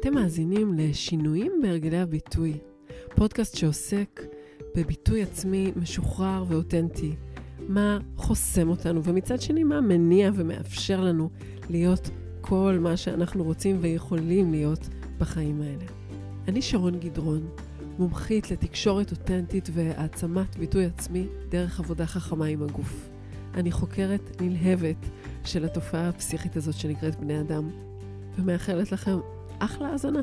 אתם מאזינים לשינויים בהרגלי הביטוי, פודקאסט שעוסק בביטוי עצמי משוחרר ואותנטי, מה חוסם אותנו, ומצד שני מה מניע ומאפשר לנו להיות כל מה שאנחנו רוצים ויכולים להיות בחיים האלה. אני שרון גדרון, מומחית לתקשורת אותנטית והעצמת ביטוי עצמי דרך עבודה חכמה עם הגוף. אני חוקרת נלהבת של התופעה הפסיכית הזאת שנקראת בני אדם, ומאחלת לכם אחלה האזנה.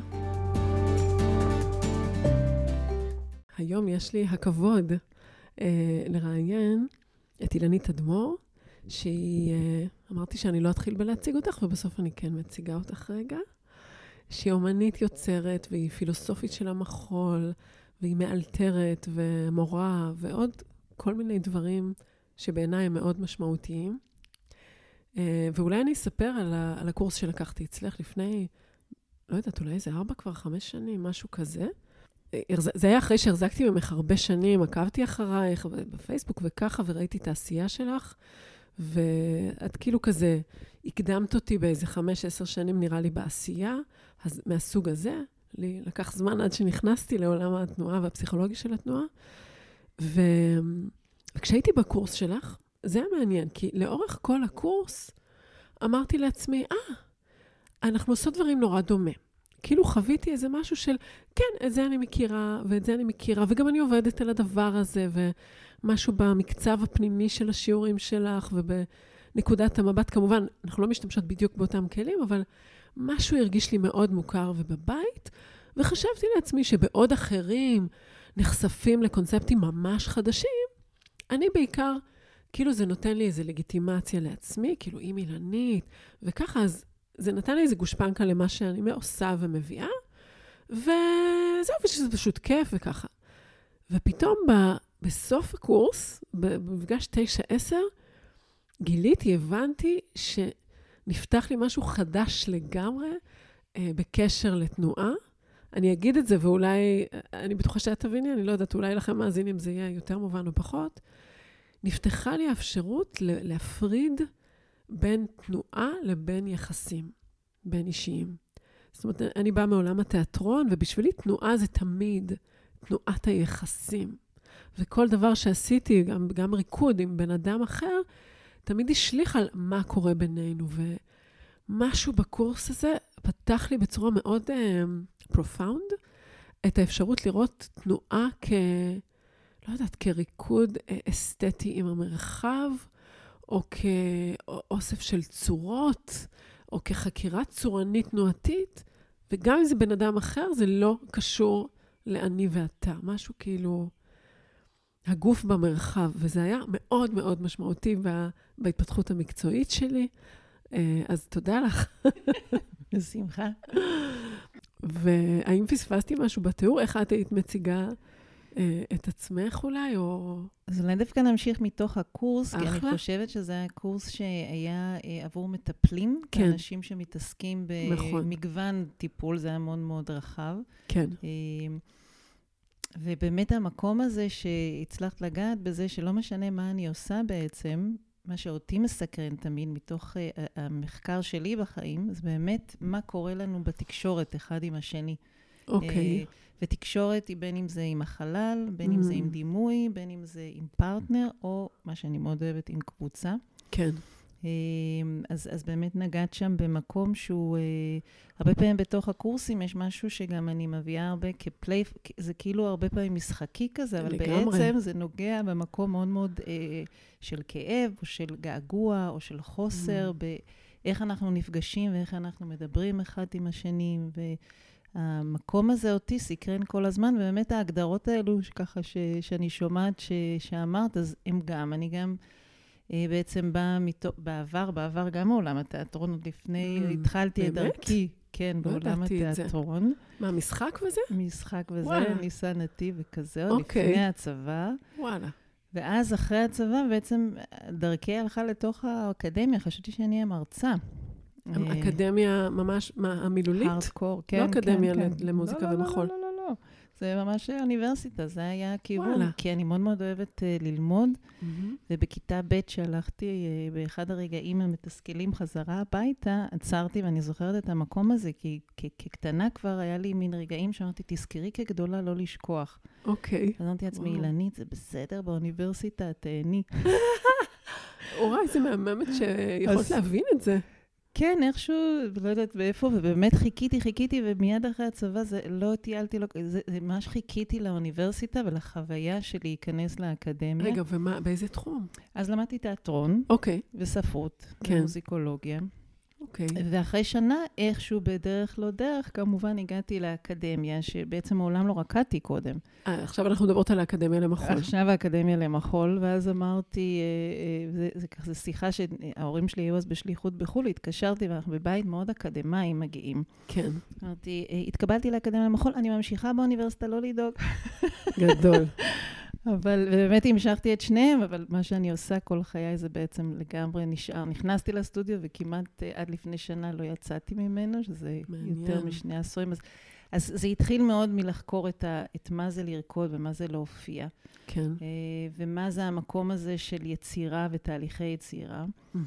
היום יש לי הכבוד לראיין את אילנית אדמור, שהיא, אמרתי שאני לא אתחיל בלהציג אותך, ובסוף אני כן מציגה אותך רגע, שהיא אומנית יוצרת, והיא פילוסופית של המחול, והיא מאלתרת ומורה, ועוד כל מיני דברים שבעיניי הם מאוד משמעותיים. ואולי אני אספר על הקורס שלקחתי אצלך לפני, לא יודעת, אולי זה 5 שנים, משהו כזה. זה היה אחרי שהחזקתי ממך הרבה שנים, עקבתי אחרייך בפייסבוק וככה, וראיתי את העשייה שלך, ואת כאילו כזה, הקדמת אותי באיזה 5-10 שנים נראה לי בעשייה, אז מהסוג הזה, לי לקח זמן עד שנכנסתי לעולם התנועה והפסיכולוגיה של התנועה, וכשהייתי בקורס שלך, זה היה מעניין, כי לאורך כל הקורס אמרתי לעצמי, אנחנו עושות דברים נורא דומה. כאילו חוויתי איזה משהו של, כן, את זה אני מכירה, ואת זה אני מכירה, וגם אני עובדת על הדבר הזה, ומשהו במקצב הפנימי של השיעורים שלך, ובנקודת המבט, כמובן, אנחנו לא משתמשות בדיוק באותם כלים, אבל משהו הרגיש לי מאוד מוכר ובבית, וחשבתי לעצמי שבעוד אחרים נחשפים לקונספטים ממש חדשים, אני בעיקר, כאילו זה נותן לי איזו לגיטימציה לעצמי, כאילו היא אילנית, וככה, אז זה נתן לי איזו גושפנקה למה שאני עושה ומביאה, וזהו, שזה פשוט כיף וככה. ופתאום בסוף הקורס, במפגש 9-10, גיליתי, הבנתי שנפתח לי משהו חדש לגמרי בקשר לתנועה. אני אגיד את זה, ואולי, אני בטוחה שאת תביני, אני לא יודעת, אולי לכם מאזינים זה יהיה יותר מובן או פחות. נפתחה לי האפשרות להפריד בין תנועה לבין יחסים, בין אישיים. זאת אומרת, אני באה מעולם התיאטרון, ובשבילי תנועה זה תמיד תנועת היחסים. וכל דבר שעשיתי, גם ריקוד עם בן אדם אחר, תמיד השליך על מה קורה בינינו. ומשהו בקורס הזה פתח לי בצורה מאוד profound, את האפשרות לראות תנועה לא יודעת, כריקוד אסתטי עם המרחב, או כאוסף של צורות, או כחקירה צורנית תנועתית, וגם אם זה בן אדם אחר, זה לא קשור לאני ואתה. משהו כאילו הגוף במרחב, וזה היה מאוד מאוד משמעותי בהתפתחות המקצועית שלי. אז תודה לך. בשמחה. והאם פספסתי משהו בתיאור? איך את היית מציגה את עצמך אולי, או... אז אולי דווקא נמשיך מתוך הקורס, כי אני חושבת שזה היה קורס שהיה עבור מטפלים, כן. אנשים שמתעסקים במגוון טיפול, זה היה מאוד מאוד רחב. כן. ובאמת המקום הזה שהצלחת לגעת בזה, שלא משנה מה אני עושה בעצם, מה שאותי מסקרן תמיד מתוך המחקר שלי בחיים, זה באמת מה קורה לנו בתקשורת אחד עם השני. אוקיי. ותקשורת היא בין אם זה עם החלל, בין אם זה עם דימוי, בין אם זה עם פרטנר, או מה שאני מאוד אוהבת עם קבוצה. כן. אז באמת נגעת שם במקום שהוא, הרבה פעמים בתוך הקורסים יש משהו שגם אני מביאה הרבה כפליי, זה כאילו הרבה פעמים משחקי כזה, אבל בעצם זה נוגע במקום מאוד מאוד של כאב, או של געגוע, או של חוסר, באיך אנחנו נפגשים ואיך אנחנו מדברים אחד עם השני, המקום הזה אותי סקרן כל הזמן, ובאמת ההגדרות האלו ככה שאני שומעת שאמרת, אז הם גם, אני גם בעצם באה בעבר גם מעולם התיאטרון, עוד לפני, התחלתי את דרכי, כן, בעולם התיאטרון. מה, משחק וזה? משחק וזה, ניסה נתיב וכזה, עוד לפני הצבא. וואלה. ואז אחרי הצבא בעצם דרכי הלכה לתוך האקדמיה, חשבתי שאני אהיה מרצה. אקדמיה ממש, המילולית? הארדקור, כן. לא אקדמיה למוזיקה ומחול. לא. זה ממש אוניברסיטה, זה היה הכיוון, כי אני מאוד מאוד אוהבת ללמוד, ובכיתה ב' שהלכתי באחד הרגעים המתסכלים חזרה הביתה, עצרתי ואני זוכרת את המקום הזה, כי כקטנה כבר היה לי מין רגעים שאמרתי, תזכרי כגדולה לא לשכוח. אוקיי. אז אמרתי לעצמי, אילנית, זה בסדר באוניברסיטה, תהני. אורי, זה מהממת שיכולת להבין את זה. כן, איכשהו, לא יודעת באיפה, ובאמת חיכיתי, ומיד אחרי הצבא, זה לא טיילתי, זה ממש חיכיתי לאוניברסיטה ולחוויה של להיכנס לאקדמיה. רגע, ומה, באיזה תחום? אז למדתי תיאטרון, וספרות, ומוזיקולוגיה. אוקיי. ואחרי שנה, איכשהו בדרך לא דרך, כמובן הגעתי לאקדמיה, שבעצם מעולם לא רקדתי קודם. עכשיו אנחנו מדברות על האקדמיה למחול. עכשיו האקדמיה למחול, ואז אמרתי, זה ככה שיחה שההורים שלי היו אז בשליחות בחו"ל, התקשרתי ואנחנו בבית מאוד אקדמיים מגיעים. כן. אמרתי, התקבלתי לאקדמיה למחול, אני ממשיכה באוניברסיטה, לא לדאוג. גדול. אבל באמת המשכתי את שניהם, אבל מה שאני עושה כל חיי זה בעצם לגמרי נשאר. נכנסתי לסטודיו וכמעט עד לפני שנה לא יצאתי ממנו, שזה יותר משני עשורים. אז זה התחיל מאוד מלחקור את מה זה לרקוד ומה זה להופיע. כן. ומה זה המקום הזה של יצירה ותהליכי יצירה.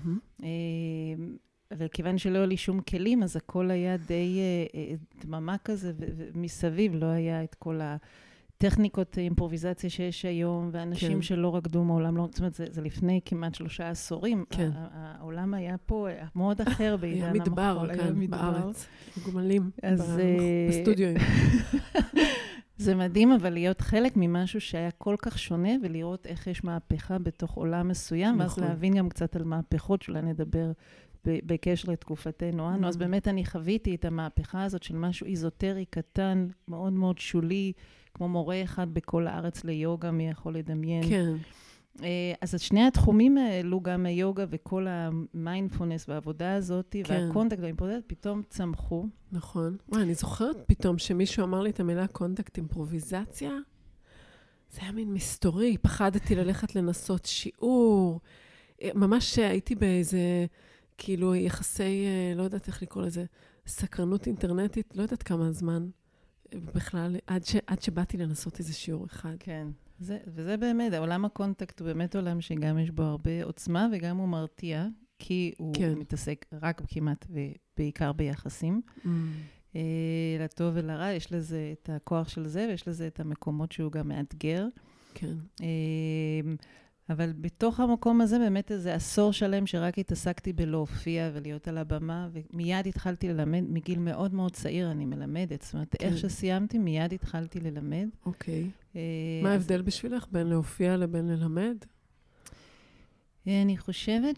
אבל כיוון שלא היה לי שום כלים, אז הכל היה די דממה כזה, ומסביב לא היה את כל טכניקות אימפרוביזציה שיש היום, ואנשים שלא רקדו מעולם, זאת אומרת, זה לפני כמעט 3 עשורים. העולם היה פה מאוד אחר בעידן המחול. היה מדבר כאן בארץ, גומלים בסטודיו. זה מדהים, אבל להיות חלק ממשהו שהיה כל כך שונה, ולראות איך יש מהפכה בתוך עולם מסוים, ואז להבין גם קצת על מהפכות שאולי נדבר בקשר לתקופתנו אנו. אז באמת אני חוויתי את המהפכה הזאת של משהו איזוטרי קטן, מאוד מאוד שולי, כמו מורה אחד בכל הארץ ליוגה, מי יכול לדמיין. כן. אז את שני התחומים האלו, גם היוגה וכל המיינדפולנס והעבודה הזאת, והקונטקט והאימפרוביזציה, פתאום צמחו. נכון. אני זוכרת פתאום שמישהו אמר לי את המילה קונטקט אימפרוביזציה. זה היה מין מסתורי, פחדתי ללכת לנסות שיעור. ממש הייתי באיזה, כאילו, יחסי, לא יודעת איך לקרוא לזה, סקרנות אינטרנטית, לא יודעת כמה זמן. בכלל, עד שבאתי לנסות איזה שיעור אחד. כן, וזה באמת, העולם הקונטקט הוא באמת עולם שגם יש בו הרבה עוצמה, וגם הוא מרתיע, כי הוא מתעסק רק כמעט ובעיקר ביחסים. לטוב ולרע, יש לזה את הכוח של זה, ויש לזה את המקומות שהוא גם מאתגר. כן. אבל בתוך המקום הזה באמת איזה עשור שלם שרק התעסקתי בלהופיע ולהיות על הבמה, ומיד התחלתי ללמד, מגיל מאוד מאוד צעיר אני מלמדת. זאת אומרת, איך שסיימתי, מיד התחלתי ללמד. אוקיי. מה ההבדל בשבילך בין להופיע לבין ללמד? אני חושבת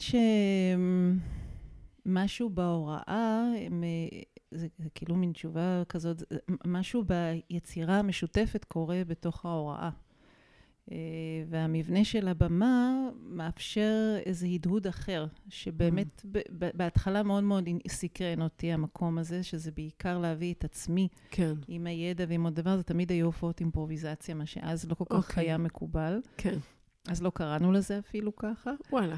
שמשהו בהוראה, זה כאילו מין תשובה כזאת, משהו ביצירה המשותפת קורה בתוך ההוראה. והמבנה של הבמה מאפשר איזה הדהוד אחר, שבאמת בהתחלה מאוד מאוד סקרן אותי המקום הזה, שזה בעיקר להביא את עצמי עם הידע ועם עוד דבר, זה תמיד היו הופעות אימפרוביזציה, מה שאז לא כל כך היה מקובל. כן. אז לא קראנו לזה אפילו ככה. וואלה.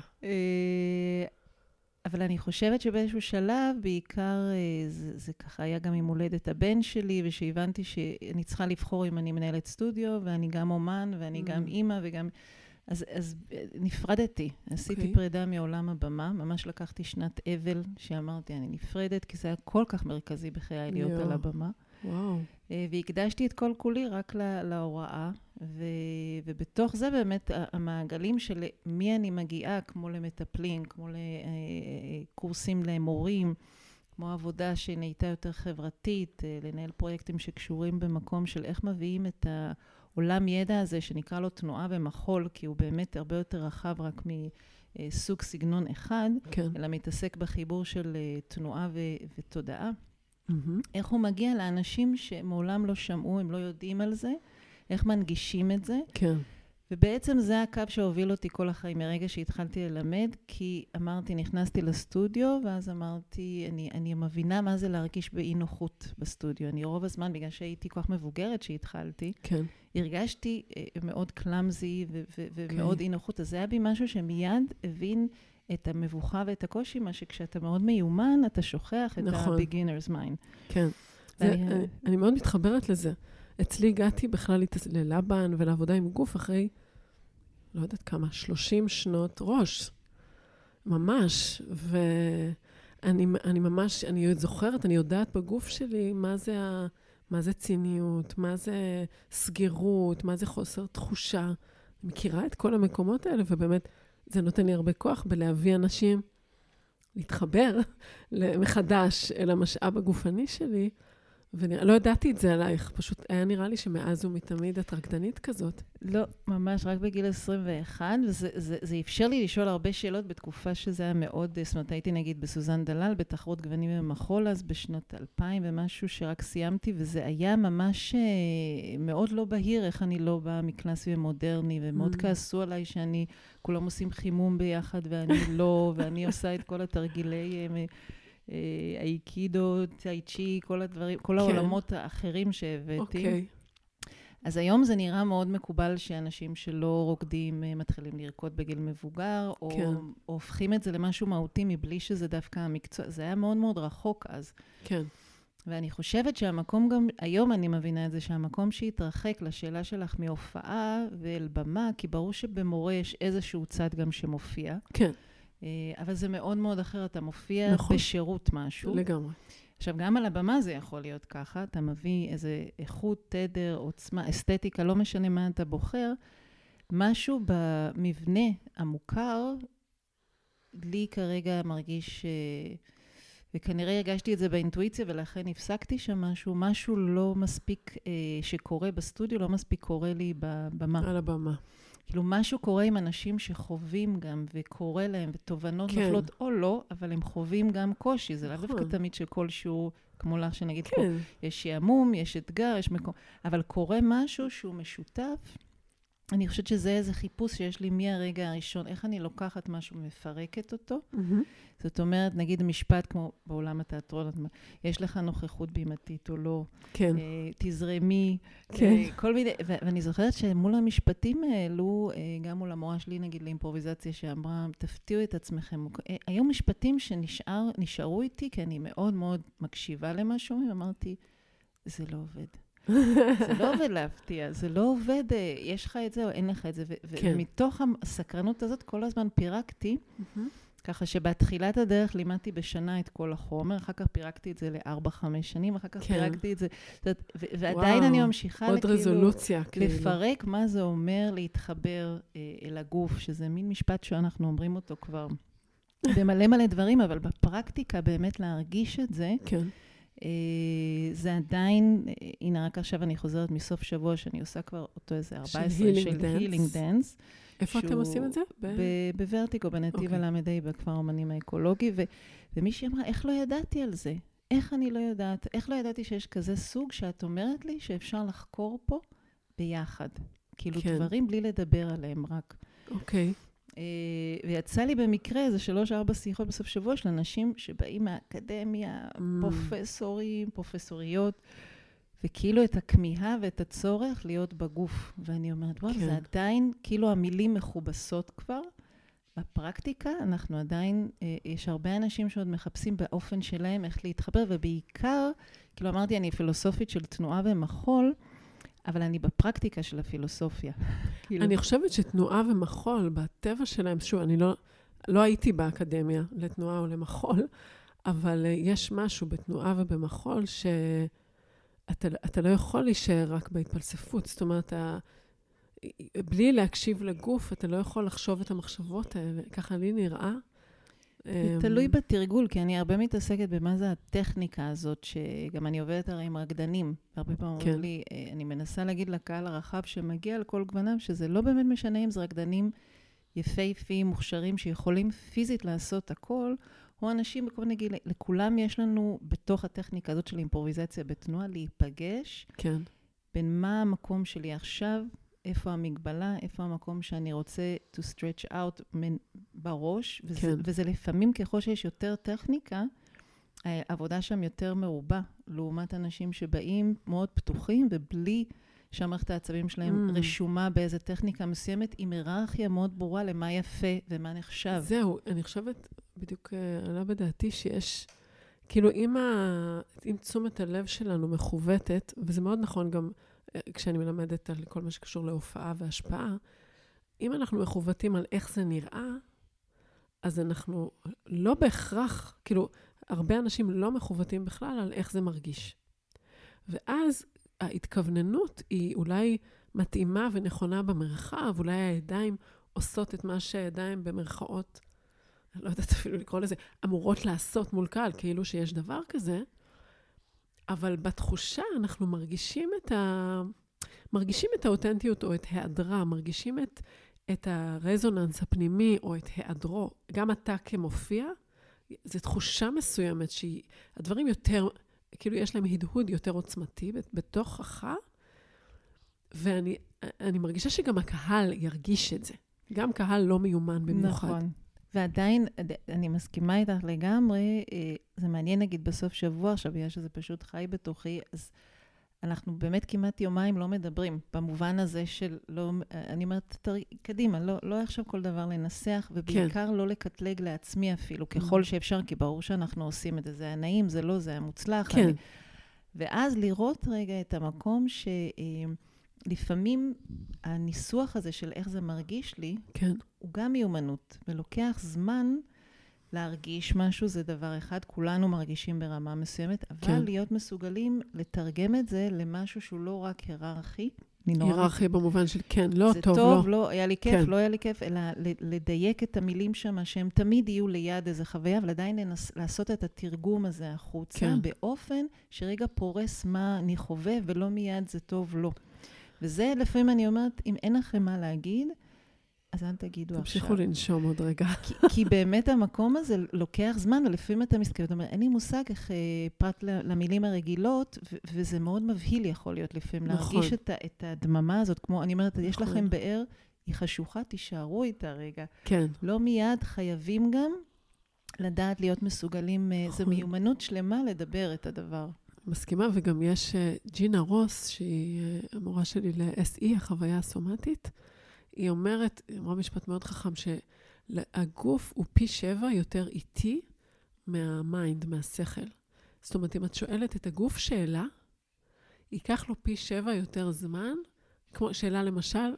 אבל אני חושבת שבאיזשהו שלב, בעיקר זה ככה היה גם עם הולדת הבן שלי, ושהבנתי שאני צריכה לבחור אם אני מנהלת סטודיו, ואני גם אומן, ואני גם אימא, וגם... אז נפרדתי. עשיתי פרידה מעולם הבמה, ממש לקחתי שנת אבל, שאמרתי, אני נפרדת, כי זה היה כל כך מרכזי בחיי להיות על הבמה. וואו. והקדשתי את כל כולי רק להוראה, ובתוך זה באמת המעגלים של מי אני מגיעה, כמו למטפלים, כמו לקורסים למורים, כמו עבודה שנהייתה יותר חברתית, לנהל פרויקטים שקשורים במקום של איך מביאים את העולם ידע הזה, שנקרא לו תנועה ומחול, כי הוא באמת הרבה יותר רחב רק מסוג סגנון אחד, אלא מתעסק בחיבור של תנועה ותודעה. איך הוא מגיע לאנשים שמעולם לא שמעו, הם לא יודעים על זה, איך מנגישים את זה. כן. ובעצם זה הקו שהוביל אותי כל החיים, מרגע שהתחלתי ללמד, כי אמרתי, נכנסתי לסטודיו, ואז אמרתי, אני מבינה מה זה להרגיש באי נוחות בסטודיו. אני רוב הזמן, בגלל שהייתי כל כך מבוגרת שהתחלתי, הרגשתי מאוד קלאמזי ומאוד אי נוחות. אז זה היה בי משהו שמיד הבין את המבוכה ואת הקושי, מה שכשאתה מאוד מיומן, אתה שוכח את ה-beginner's mind. כן. אני מאוד מתחברת לזה. אצלי הגעתי בכלל ללבן ולעבודה עם גוף אחרי, לא יודעת כמה, 30 שנות ראש. ממש. ואני ממש, אני זוכרת, אני יודעת בגוף שלי מה זה ציניות, מה זה סגירות, מה זה חוסר תחושה. אני מכירה את כל המקומות האלה, ובאמת זה נותן לי הרבה כוח בלהביא אנשים להתחבר מחדש אל המשאב הגופני שלי, ולא ידעתי את זה עלייך, פשוט היה נראה לי שמאז ומתמיד את רקדנית כזאת. לא, ממש, רק בגיל 21, וזה אפשר לי לשאול הרבה שאלות בתקופה שזה היה מאוד, זאת אומרת, הייתי נגיד בסוזן דלל, בתחרות גוונים ומחול, אז בשנות 2000 ומשהו שרק סיימתי, וזה היה ממש מאוד לא בהיר, איך אני לא באה מקלאסי ומודרני, ומאוד כעסו עליי שאני, כולם עושים חימום ביחד, ואני לא, ואני עושה את כל התרגילי האיקידו, טאי צ'י, כל הדברים, כל העולמות האחרים שהבאתי. אוקיי. אז היום זה נראה מאוד מקובל שאנשים שלא רוקדים מתחילים לרקוד בגיל מבוגר, או הופכים את זה למשהו מהותי מבלי שזה דווקא המקצוע. זה היה מאוד מאוד רחוק אז. כן. ואני חושבת שהמקום גם, היום אני מבינה את זה, שהמקום שהתרחק לשאלה שלך מהופעה ואל במה, כי ברור שבמורה יש איזשהו צד גם שמופיע. כן. אבל זה מאוד מאוד אחר, אתה מופיע בשירות משהו. לגמרי. עכשיו, גם על הבמה זה יכול להיות ככה, אתה מביא איזה איכות, תדר, עוצמה, אסתטיקה, לא משנה מה אתה בוחר, משהו במבנה המוכר, לי כרגע מרגיש, וכנראה הרגשתי את זה באינטואיציה, ולכן הפסקתי שם משהו לא מספיק שקורה בסטודיו, לא מספיק קורה לי בבמה. על הבמה. כאילו משהו קורה עם אנשים שחווים גם, וקורה להם, ותובנות נופלות או לא, אבל הם חווים גם קושי. זה לא דווקא תמיד שכל שיעור, כמו לך שנגיד פה, יש שעמום, יש אתגר, יש מקום, אבל קורה משהו שהוא משותף. אני חושבת שזה איזה חיפוש שיש לי מהרגע הראשון, איך אני לוקחת משהו ומפרקת אותו. זאת אומרת, נגיד משפט כמו בעולם התיאטרון, יש לך נוכחות בימתית או לא, כן. תזרמי, כן. כל מיני, ואני זוכרת שמול המשפטים האלו, גם מול המורה שלי, נגיד לאימפרוביזציה שאמרה, תפתיעו את עצמכם. היו משפטים שנשארו איתי, כי אני מאוד מאוד מקשיבה למה שאומרים, אמרתי, זה לא עובד. זה לא עובד להפתיע, זה לא עובד, יש לך את זה או אין לך את זה, ומתוך הסקרנות הזאת כל הזמן פירקתי, ככה שבתחילת הדרך לימדתי בשנה את כל החומר, אחר כך פירקתי את זה ל4-5 שנים, אחר כך פירקתי את זה, ועדיין אני ממשיכה לפרק מה זה אומר להתחבר אל הגוף, שזה מין משפט שאנחנו אומרים אותו כבר במלא דברים, אבל בפרקטיקה באמת להרגיש את זה, זה עדיין, הנה רק עכשיו אני חוזרת מסוף שבוע שאני עושה כבר אותו איזה 14 של הילינג דנס. איפה אתם עושים את זה? בוורטיקו, בנתיב הלמדי, בכפר האמנים האקולוגי, ומישהי אמרה, איך לא ידעתי על זה? איך אני לא יודעת? איך לא ידעתי שיש כזה סוג שאת אומרת לי שאפשר לחקור פה ביחד? כאילו דברים בלי לדבר עליהם רק. אוקיי. ויצא לי במקרה איזה 3-4 שיחות בסוף שבוע של אנשים שבאים מהאקדמיה, פרופסורים, פרופסוריות, וכאילו את הכמיהה ואת הצורך להיות בגוף. ואני אומרת, וואו, זה עדיין, כאילו המילים מכובסות כבר. בפרקטיקה אנחנו עדיין, יש הרבה אנשים שעוד מחפשים באופן שלהם איך להתחבר, ובעיקר, כאילו אמרתי, אני פילוסופית של תנועה ומחול, אבל אני בפרקטיקה של הפילוסופיה. אני חושבת שתנועה ומחול, בטבע שלהם, שוב, אני לא הייתי באקדמיה לתנועה או למחול, אבל יש משהו בתנועה ובמחול שאתה לא יכול להישאר רק בהתפלספות. זאת אומרת, בלי להקשיב לגוף, אתה לא יכול לחשוב את המחשבות האלה. ככה לי נראה. זה תלוי בתרגול, כי אני הרבה מתעסקת במה זה הטכניקה הזאת, שגם אני עובדת הרי עם רקדנים. הרבה פעמים אומרים לי, אני מנסה להגיד לקהל הרחב שמגיע על כל גוונם, שזה לא באמת משנה אם זה רקדנים יפהפיים, מוכשרים, שיכולים פיזית לעשות הכל, או אנשים, בכל נגיד, לכולם יש לנו בתוך הטכניקה הזאת של אימפרוביזציה בתנועה, להיפגש בין מה המקום שלי עכשיו, איפה המגבלה, איפה המקום שאני רוצה to stretch out בראש, וזה לפעמים ככל שיש יותר טכניקה, העבודה שם יותר מרובה, לעומת אנשים שבאים מאוד פתוחים, ובלי שהמערכת העצבים שלהם רשומה באיזו טכניקה מסוימת, עם היררכיה מאוד ברורה למה יפה ומה נחשב. זהו, אני חושבת, בדיוק עלה בדעתי שיש, כאילו אם תשומת הלב שלנו מכוותת, וזה מאוד נכון גם, כשאני מלמדת על כל מה שקשור להופעה והשפעה, אם אנחנו מחוותים על איך זה נראה, אז אנחנו לא בהכרח, כאילו, הרבה אנשים לא מחוותים בכלל על איך זה מרגיש. ואז ההתכווננות היא אולי מתאימה ונכונה במרחב, אולי הידיים עושות את מה שהידיים במרכאות, אני לא יודעת אפילו לקרוא לזה, אמורות לעשות מול קהל, כאילו שיש דבר כזה, אבל בתחושה אנחנו מרגישים את האותנטיות או את היעדרה, מרגישים את הרזוננס הפנימי או את היעדרו. גם אתה כמופיע, זו תחושה מסוימת שהדברים יותר, כאילו יש להם הדהוד יותר עוצמתי בתוכך, ואני מרגישה שגם הקהל ירגיש את זה. גם קהל לא מיומן במיוחד. נכון. ועדיין, אני מסכימה איתך לגמרי, זה מעניין נגיד בסוף שבוע, עכשיו בגלל שזה פשוט חי בתוכי, אז אנחנו באמת כמעט יומיים לא מדברים, במובן הזה של לא, אני אומרת, קדימה, לא עכשיו כל דבר לנסח, ובעיקר לא לקטלג לעצמי אפילו, ככל שאפשר, כי ברור שאנחנו עושים את זה, זה היה נעים, זה לא, זה היה מוצלח. כן. ואז לראות רגע את המקום לפעמים הניסוח הזה של איך זה מרגיש לי, כן. הוא גם מיומנות, ולוקח זמן להרגיש משהו, זה דבר אחד, כולנו מרגישים ברמה מסוימת, אבל כן. להיות מסוגלים לתרגם את זה למשהו שהוא לא רק היררכי. היררכי במובן של כן, לא זה טוב, טוב, לא. לא היה לי כיף, כן. לא היה לי כיף, אלא לדייק את המילים שם, שהם תמיד יהיו ליד איזו חוויה, אבל עדיין לעשות את התרגום הזה החוצה, כן. באופן שרגע פורס מה אני חווה, ולא מיד זה טוב, לא. וזה לפעמים אני אומרת, אם אין לכם מה להגיד, אז אל תגידו עכשיו. תמשיכו לנשום עוד רגע. כי באמת המקום הזה לוקח זמן, ולפעמים אתה מסתכל, אתה אומר, אין לי מושג איך פרט למילים הרגילות, וזה מאוד מבהיל יכול להיות לפעמים, נכון. להרגיש את הדממה הזאת, כמו, אני אומרת, יש לכם באר, היא חשוכה, תישארו איתה רגע. כן. לא מיד חייבים גם לדעת להיות מסוגלים, זו מיומנות שלמה לדבר את הדבר. מסכימה, וגם יש ג'ינה רוס, שהיא המורה שלי ל-SE, החוויה הסומטית, היא אומרת, היא אמרה משפט מאוד חכם, שהגוף הוא פי 7 יותר איטי מהמיינד, מהשכל. זאת אומרת, אם את שואלת את הגוף שאלה, ייקח לו פי 7 יותר זמן, כמו שאלה למשל,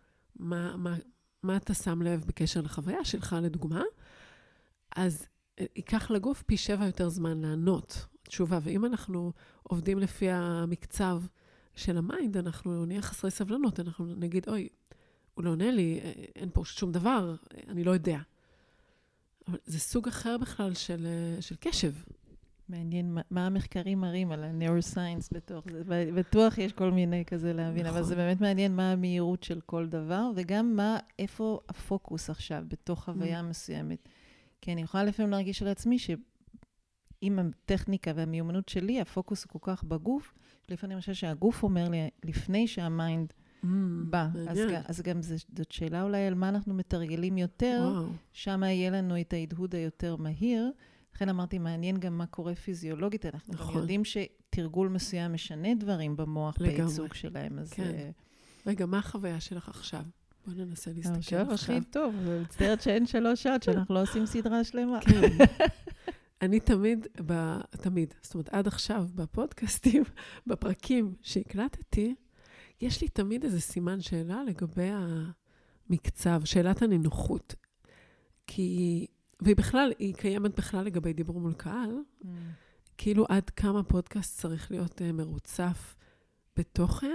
מה אתה שם לב בקשר לחוויה שלך, לדוגמה, אז ייקח לגוף פי 7 יותר זמן לענות תשובה, ואם אנחנו עובדים לפי המקצב של המיינד, אנחנו נהיה חסרי סבלנות, אנחנו נגיד, אוי, הוא לא עונה לי, אין פה שום דבר, אני לא יודע. אבל זה סוג אחר בכלל של קשב. מעניין מה המחקרים מראים על הנוירוסיינס בתוך זה. בטוח יש כל מיני כזה להבין, אבל זה באמת מעניין מה המהירות של כל דבר, וגם איפה הפוקוס עכשיו בתוך חוויה מסוימת. כי אני יכולה לפעמים להרגיש על עצמי שעם הטכניקה והמיומנות שלי, הפוקוס הוא כל כך בגוף, לפעמים אני חושב שהגוף אומר לי, לפני שהמיינד בא. אז גם זאת שאלה אולי על מה אנחנו מתרגלים יותר, שם יהיה לנו את ההדהוד היותר מהיר. לכן אמרתי, מעניין גם מה קורה פיזיולוגית. אנחנו גם יודעים שתרגול מסוים משנה דברים במוח בייצוג שלהם. רגע, מה החוויה שלך עכשיו? בוא ננסה להסתכל עכשיו. הכי טוב, ומצטערת שאין 3 שעות, שאנחנו לא עושים סדרה שלמה. כן. אני תמיד, זאת אומרת, עד עכשיו בפודקאסטים, בפרקים שהקלטתי, יש לי תמיד איזה סימן שאלה לגבי המקצב, שאלת הנינוחות. והיא בכלל, היא קיימת בכלל לגבי דיבור מול קהל, כאילו עד כמה פודקאסט צריך להיות מרוצף בתוכן,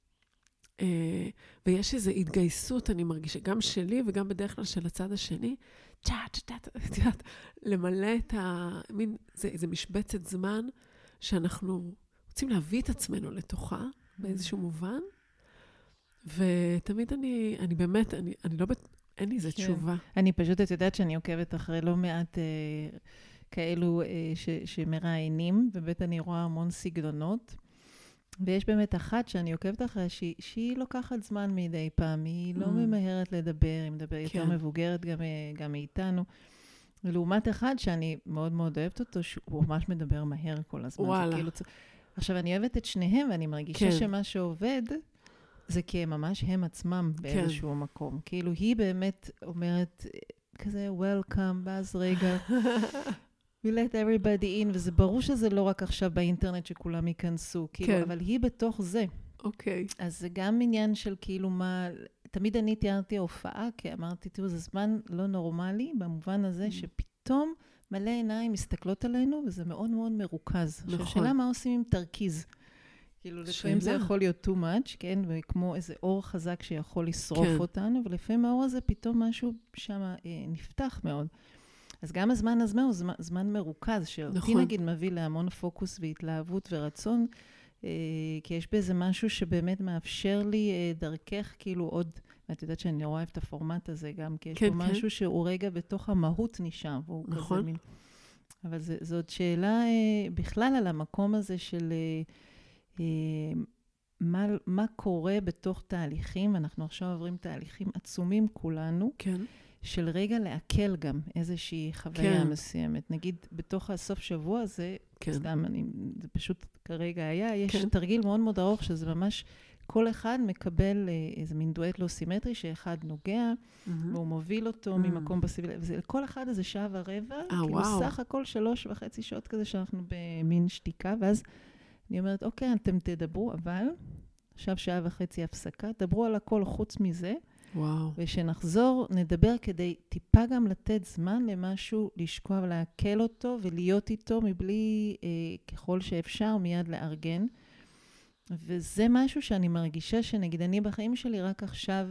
ויש איזו התגייסות, אני מרגישה, גם שלי וגם בדרך כלל של הצד השני, למלא את איזה משבצת זמן, שאנחנו רוצים להביא את עצמנו לתוכה, באיזשהו מובן, ותמיד אני באמת, אני לא, אין לי איזו תשובה. אני פשוט, את יודעת שאני עוקבת אחרי לא מעט כאלו שמראיינים, ובאמת אני רואה המון סגנונות, ויש באמת אחת שאני עוקבת אחרי, שהיא לוקחת זמן מדי פעם, היא לא ממהרת לדבר, היא מדבר יותר מבוגרת גם מאיתנו, ולעומת אחד שאני מאוד מאוד אוהבת אותו, שהוא ממש מדבר מהר כל הזמן. וואלה. עכשיו, אני אוהבת את שניהם, ואני מרגישה שמה שעובד, זה כי הם ממש הם עצמם באיזשהו מקום. כאילו, היא באמת אומרת כזה, welcome, ואז רגע, we let everybody in, וזה ברור שזה לא רק עכשיו באינטרנט שכולם ייכנסו, כאילו, אבל היא בתוך זה. אוקיי. אז זה גם עניין של כאילו מה, תמיד אני תיארתי הופעה, כי אמרתי, תראו, זה זמן לא נורמלי, במובן הזה שפתאום מלא עיניים מסתכלות עלינו, וזה מאוד מאוד מרוכז. נכון. השאלה מה עושים עם תרכיז? כאילו, לפעמים זה יכול להיות too much, כן? וכמו איזה אור חזק שיכול לשרוף אותנו, ולפעמים האור הזה פתאום משהו שם נפתח מאוד. אז גם הזמן הזה הוא זמן מרוכז, שאותי נגיד מביא להמון פוקוס והתלהבות ורצון, כי יש באיזה משהו שבאמת מאפשר לי דרכך, כאילו עוד, ואת יודעת שאני רואה את הפורמט הזה גם, כי יש פה משהו שהוא רגע בתוך המהות נשאר, והוא כזה מין. אבל זו עוד שאלה בכלל על המקום הזה של מה קורה בתוך תהליכים, אנחנו עכשיו עוברים תהליכים עצומים כולנו, כן. של רגע לעכל גם איזושהי חוויה מסוימת. נגיד, בתוך הסוף שבוע הזה, סתם, זה פשוט כרגע היה, יש תרגיל מאוד מאוד ארוך, שזה ממש, כל אחד מקבל איזה מין דואט לא סימטרי, שאחד נוגע, והוא מוביל אותו ממקום פסיבי, וזה לכל אחד איזה שעה ורבע, כאילו סך הכל 3.5 שעות כזה, שאנחנו במין שתיקה, ואז אני אומרת, אוקיי, אתם תדברו, אבל עכשיו 1.5 שעה הפסקה, דברו על הכל חוץ מזה, וואו. ושנחזור, נדבר כדי טיפה גם לתת זמן למשהו, לשקוע ולהקל אותו, ולהיות איתו מבלי ככל שאפשר מיד לארגן. וזה משהו שאני מרגישה שנגיד אני בחיים שלי רק עכשיו,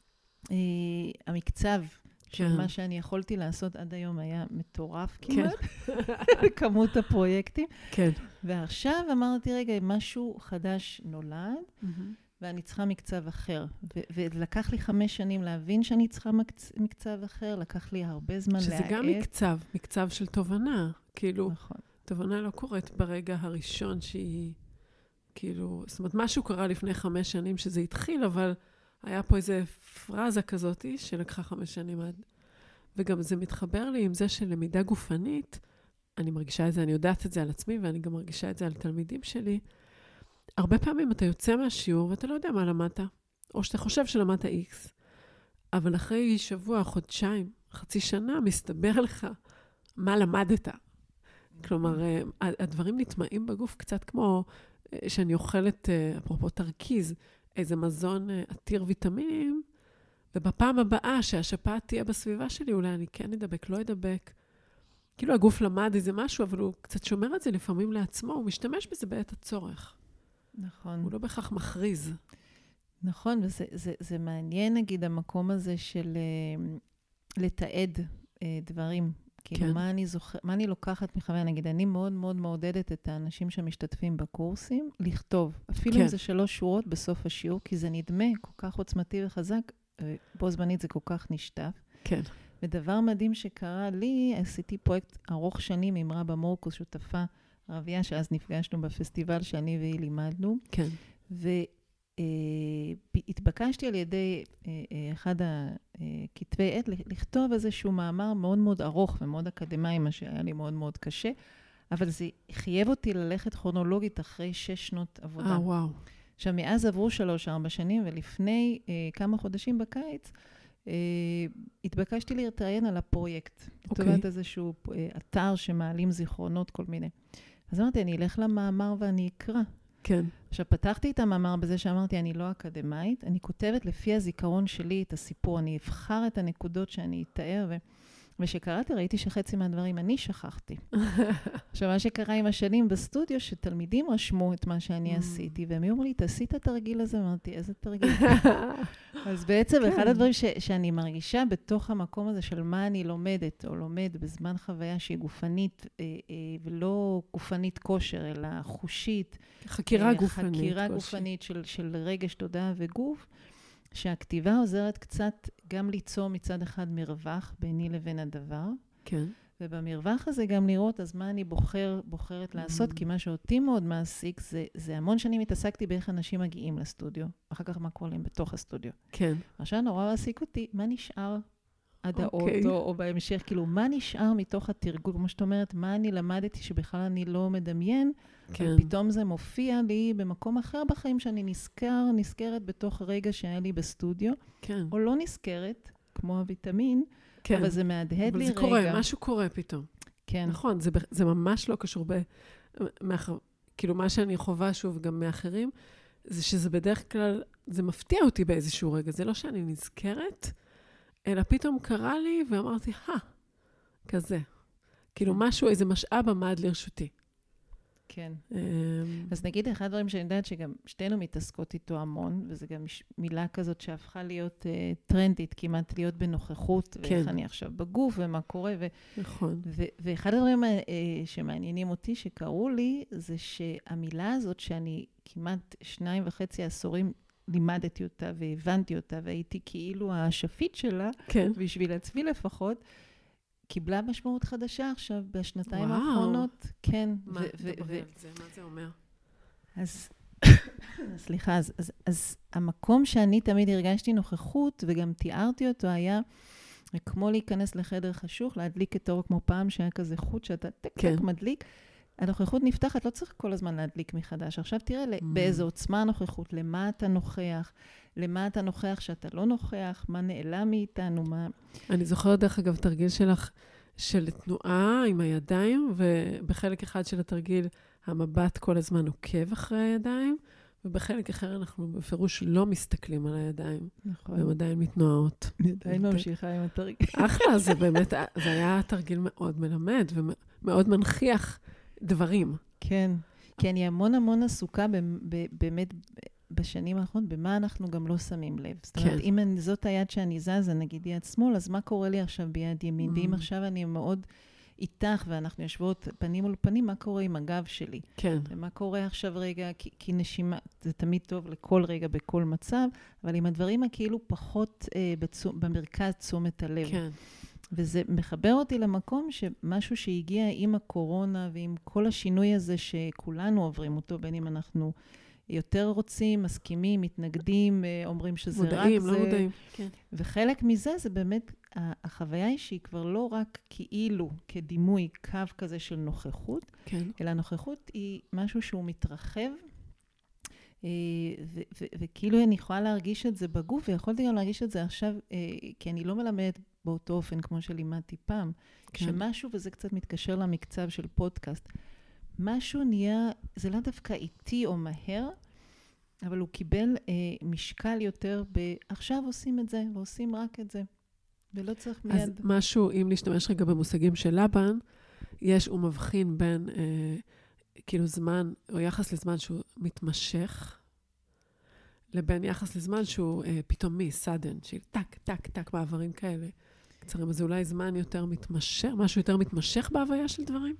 המקצב של מה שאני יכולתי לעשות עד היום היה מטורף כמעט, כמות הפרויקטים. כן. ועכשיו אמרתי, רגע, משהו חדש נולד, ואני צריכה מקצב אחר. ולקח לי 5 שנים להבין שאני צריכה מקצב אחר, לקח לי הרבה זמן להעט. שזה גם מקצב של תובנה. כאילו, נכון. תובנה לא קורית ברגע הראשון שהיא, כאילו, זאת אומרת, משהו קרה לפני 5 שנים שזה התחיל, אבל היה פה איזו פרזה כזאת שלקחה 5 שנים עד. וגם זה מתחבר לי עם זה של למידה גופנית, אני מרגישה את זה, אני יודעת את זה על עצמי, ואני גם מרגישה את זה על תלמידים שלי. הרבה פעמים אתה יוצא מהשיעור ואתה לא יודע מה למדת, או שאתה חושב שלמדת X, אבל אחרי שבוע, חודשיים, חצי שנה, מסתבר לך מה למדת. כלומר, הדברים נטמעים בגוף קצת כמו שאני אוכלת, אפרופו תרכיז, איזה מזון עתיר ויטמינים, ובפעם הבאה שהשפעת תהיה בסביבה שלי, אולי אני כן אדבק, לא אדבק. כאילו הגוף למד איזה משהו, אבל הוא קצת שומר את זה לפעמים לעצמו, הוא משתמש בזה בעת הצורך. נכון. הוא לא בהכרח מכריז. נכון, וזה מעניין, נגיד, המקום הזה של לתעד דברים. כאילו, מה אני לוקחת מחוויה? נגיד, אני מאוד מאוד מעודדת את האנשים שמשתתפים בקורסים, לכתוב. אפילו אם זה 3 שורות בסוף השיעור, כי זה נדמה כל כך עוצמתי וחזק, בו זמנית זה כל כך נשטף. כן. ודבר מדהים שקרה לי, עשיתי פרויקט ארוך שנים עם רבא מורקוס, שותפה ערבייה, שאז נפגשנו בפסטיבל שאני והיא לימדנו. כן. והתבקשתי על ידי אחד הכתבי עת לכתוב איזשהו מאמר מאוד מאוד ארוך ומאוד אקדמי, מה שהיה לי מאוד מאוד קשה, אבל זה חייב אותי ללכת כרונולוגית אחרי 6 שנות עבודה. וואו. עכשיו, מאז עברו 3-4 שנים, ולפני כמה חודשים בקיץ, התבקשתי להתראיין על הפרויקט. לטובת איזשהו אתר שמעלים זיכרונות, כל מיני. אז אמרתי, אני אלך למאמר ואני אקרא. כן. עכשיו, פתחתי את המאמר בזה שאמרתי, אני לא אקדמאית, אני כותבת לפי הזיכרון שלי את הסיפור, אני אבחר את הנקודות שאני אתאר, ושקראתי, ראיתי שחצי מהדברים אני שכחתי. עכשיו, מה שקרה עם השנים בסטודיו, שתלמידים רשמו את מה שאני עשיתי, והם אמרו לי, תעשי את התרגיל הזה, אמרתי, איזה תרגיל? אז בעצם, אחד הדברים שאני מרגישה בתוך המקום הזה של מה אני לומדת, או לומד בזמן חוויה שהיא גופנית, ולא גופנית כושר, אלא חושית. חקירה גופנית. חקירה גופנית של רגש, תודעה וגוף. שהכתיבה עוזרת קצת גם ליצור מצד אחד מרווח ביני לבין הדבר. כן. ובמרווח הזה גם לראות אז מה אני בוחרת לעשות, כי מה שאותי מאוד מעסיק, זה המון שנים התעסקתי באיך אנשים מגיעים לסטודיו, אחר כך מה קורה להם בתוך הסטודיו. כן. עכשיו נורא מעסיק אותי, מה נשאר עד האוטו או בהמשך, כאילו מה נשאר מתוך התרגול, כמו שאת אומרת, מה אני למדתי שבכלל אני לא מדמיין, אבל פתאום זה מופיע לי במקום אחר בחיים שאני נזכרת בתוך רגע שהיה לי בסטודיו, או לא נזכרת, כמו הוויטמין, אבל זה מהדהד לי רגע. אבל זה קורה, משהו קורה פתאום. כן. נכון, זה ממש לא קשור כאילו מה שאני חובה שוב גם מאחרים, זה שזה בדרך כלל, זה מפתיע אותי באיזשהו רגע. זה לא שאני נזכרת, אלא פתאום קרה לי ואמרתי, כזה. כאילו משהו, איזה משאב עמד לרשותי. כן. אז נגיד, אחד הדברים שאני יודעת שגם שתינו מתעסקות איתו המון, וזה גם מילה כזאת שהפכה להיות טרנדית, כמעט להיות בנוכחות, ואיך אני עכשיו בגוף, ומה קורה. נכון. ואחד הדברים שמעניינים אותי, שקראו לי, זה שהמילה הזאת, שאני כמעט 2.5 עשורים לימדתי אותה, והבנתי אותה, והייתי כאילו השפיט שלה, בשביל עצמי לפחות, קיבלה משמעות חדשה עכשיו, בשנתיים האחרונות. כן. דברי על זה, מה זה אומר? אז, סליחה, אז המקום שאני תמיד הרגשתי נוכחות, וגם תיארתי אותו, היה כמו להיכנס לחדר חשוך, להדליק את האור כמו פעם, שהיה כזה חוט שאתה טק מדליק. הנוכחות נפתחת, לא צריך כל הזמן להדליק מחדש. עכשיו תראה באיזו עוצמה הנוכחות, למה אתה נוכח, למה אתה נוכח שאתה לא נוכח, מה נעלם מאיתנו, מה... אני זוכרת דרך אגב תרגיל שלך, של תנועה עם הידיים, ובחלק אחד של התרגיל, המבט כל הזמן עוקב אחרי הידיים, ובחלק אחר אנחנו בפירוש לא מסתכלים על הידיים, נכון. והן עדיין מתנועות. עדיין ממשיכה עם התרגיל. אחלה, זה באמת, זה היה תרגיל מאוד מלמד, ומאוד מנכיח דברים. כן, כי אני המון עסוקה באמת בשנים האחרונות, במה אנחנו גם לא שמים לב. זאת אומרת, אם זאת היד שאני זזה, נגיד יד שמאל, אז מה קורה לי עכשיו ביד ימין? ואם עכשיו אני מאוד איתך, ואנחנו יושבות פנים מול פנים, מה קורה עם הגב שלי? כן. ומה קורה עכשיו רגע, כי נשימה, זה תמיד טוב לכל רגע, בכל מצב, אבל עם הדברים הכאילו פחות במרכז תשומת הלב. כן. וזה מחבר אותי למקום שמשהו שהגיע עם הקורונה, ועם כל השינוי הזה שכולנו עוברים אותו, בין אם אנחנו יותר רוצים, מסכימים, מתנגדים, אומרים שזה מודעים, רק זה. לא מודעים. כן. וחלק מזה זה באמת, החוויה היא שהיא כבר לא רק כאילו כדימוי קו כזה של נוכחות, כן. אלא נוכחות היא משהו שהוא מתרחב, וכאילו אני יכולה להרגיש את זה בגוף, ויכולתי גם להרגיש את זה עכשיו, כי אני לא מלמדת באותו אופן כמו שלימדתי פעם, כן. שמשהו, וזה קצת מתקשר למקצב של פודקאסט, משהו נהיה, זה לא דווקא איטי או מהר, אבל הוא קיבל משקל יותר עכשיו עושים את זה, ועושים רק את זה. ולא צריך מיד... אז משהו, אם להשתמש רגע במושגים של לבן, הוא מבחין בין כאילו זמן, או יחס לזמן שהוא מתמשך, לבין יחס לזמן שהוא פתאומי, סדן, של טק, טק, טק, מעברים כאלה. קצרים, אז אולי זמן יותר מתמשך, משהו יותר מתמשך בהוויה של דברים?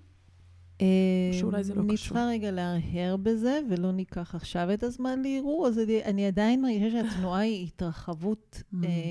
שאולי זה לא קשור. נצטרך רגע להרהר בזה, ולא ניקח עכשיו את הזמן לערעור, אז אני עדיין מרגישה שהתנועה היא התרחבות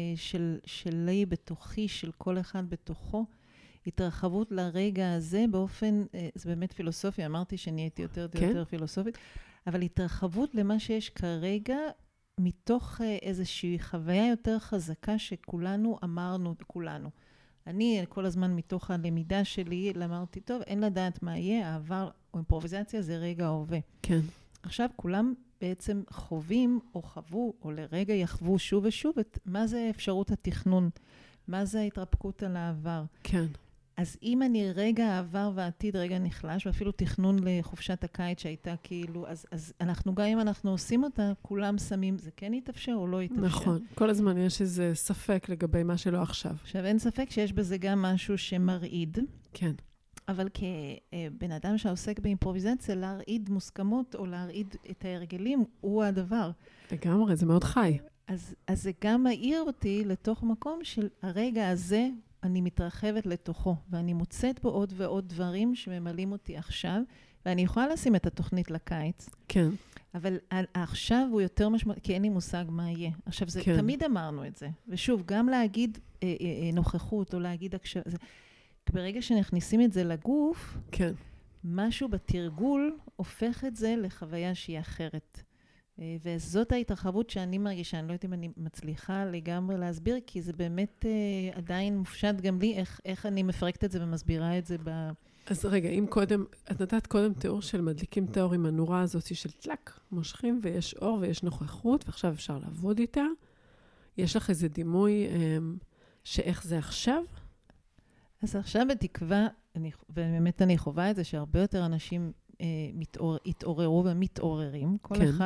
שלי בתוכי, של כל אחד בתוכו, התרחבות לרגע הזה באופן, זה באמת פילוסופיה, אמרתי שאני הייתי יותר פילוסופית, אבל התרחבות למה שיש כרגע, מתוך איזושהי חוויה יותר חזקה שכולנו אמרנו, כולנו. אני כל הזמן מתוך הלמידה שלי, אמרתי, טוב, אין לדעת מה יהיה, העבר או אימפרוביזציה זה רגע ההווה. כן. עכשיו כולם בעצם חווים או חוו, או לרגע יחוו שוב ושוב, מה זה אפשרות התכנון? מה זה ההתרפקות על העבר? כן. אז אם אני רגע העבר והעתיד רגע נחלש, ואפילו תכנון לחופשת הקיץ שהייתה כאילו, אז אנחנו גם אם אנחנו עושים אותה, כולם שמים, זה כן יתאפשר או לא יתאפשר. נכון, כל הזמן יש איזה ספק לגבי מה שלא עכשיו. עכשיו אין ספק שיש בזה גם משהו שמרעיד. כן. אבל כבן אדם שעוסק באימפרוביזציה, להרעיד מוסכמות או להרעיד את ההרגלים, הוא הדבר. לגמרי, זה מאוד חי. אז זה גם מעיר אותי לתוך מקום של הרגע הזה, אני מתרחבת לתוכו, ואני מוצאת בו עוד ועוד דברים שממלאים אותי עכשיו, ואני יכולה לשים את התוכנית לקיץ. כן. אבל עכשיו הוא יותר משמעותי, כי אין לי מושג מה יהיה. עכשיו, כן. תמיד אמרנו את זה. ושוב, גם להגיד נוכחות, או להגיד הקשב, ברגע שנכניסים את זה לגוף, כן. משהו בתרגול הופך את זה לחוויה שהיא אחרת. וזאת ההתרחבות שאני מרגישה, אני לא יודעת אם אני מצליחה לגמרי להסביר, כי זה באמת עדיין מופשט גם לי, איך אני מפרקת את זה ומסבירה את זה אז רגע, אם קודם, את נתת קודם תיאור של מדליקים את האור עם הנורה הזאת של טלק, מושכים ויש אור ויש נוכחות, ועכשיו אפשר לעבוד איתה. יש לך איזה דימוי שאיך זה עכשיו? אז עכשיו בתקווה, ובאמת אני חווה את זה, שהרבה יותר אנשים התעוררו ומתעוררים. כל אחד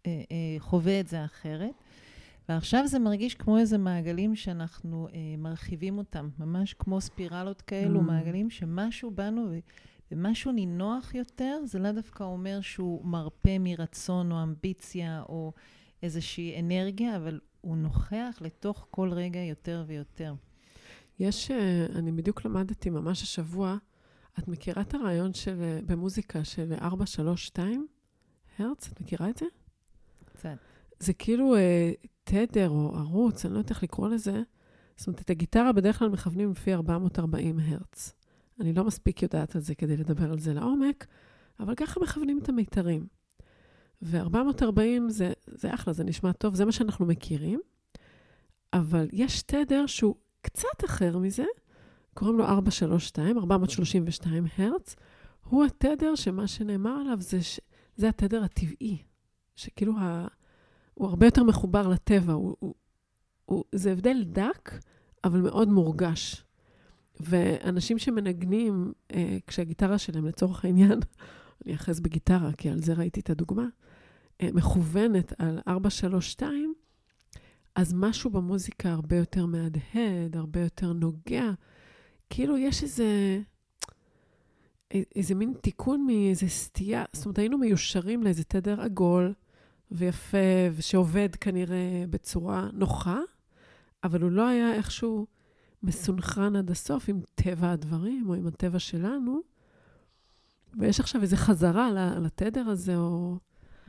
חווה את זה אחרת. ועכשיו זה מרגיש כמו איזה מעגלים שאנחנו מרחיבים אותם, ממש כמו ספירלות כאלו, מעגלים שמשהו בנו ומשהו נינוח יותר, זה לא דווקא אומר שהוא מרפא מרצון או אמביציה או איזושהי אנרגיה, אבל הוא נוכח לתוך כל רגע יותר ויותר. אני בדיוק למדתי ממש השבוע, את מכירה את הרעיון במוזיקה של 432 הרץ? את מכירה את זה? קצת. זה כאילו תדר או ערוץ, אני לא יודעת איך לקרוא לזה. זאת אומרת, את הגיטרה בדרך כלל מכוונים לפי 440 הרץ. אני לא מספיק יודעת על זה כדי לדבר על זה לעומק, אבל ככה מכוונים את המיתרים. ו-440 זה אחלה, זה נשמע טוב, זה מה שאנחנו מכירים, אבל יש תדר שהוא קצת אחר מזה, קוראים לו 432 הרץ, הוא התדר שמה שנאמר עליו זה התדר הטבעי, שכאילו הוא הרבה יותר מחובר לטבע, זה הבדל דק, אבל מאוד מורגש. ואנשים שמנגנים, כשהגיטרה שלהם לצורך העניין, אני אחז בגיטרה, כי על זה ראיתי את הדוגמה, מכוונת על 432, אז משהו במוזיקה הרבה יותר מהדהד, הרבה יותר נוגע. כאילו יש איזה מין תיקון מאיזה סטייה, זאת אומרת, היינו מיושרים לאיזה תדר עגול ויפה, ושעובד כנראה בצורה נוחה, אבל הוא לא היה איכשהו מסונכרן עד הסוף עם טבע הדברים, או עם הטבע שלנו, ויש עכשיו איזו חזרה לתדר הזה, או...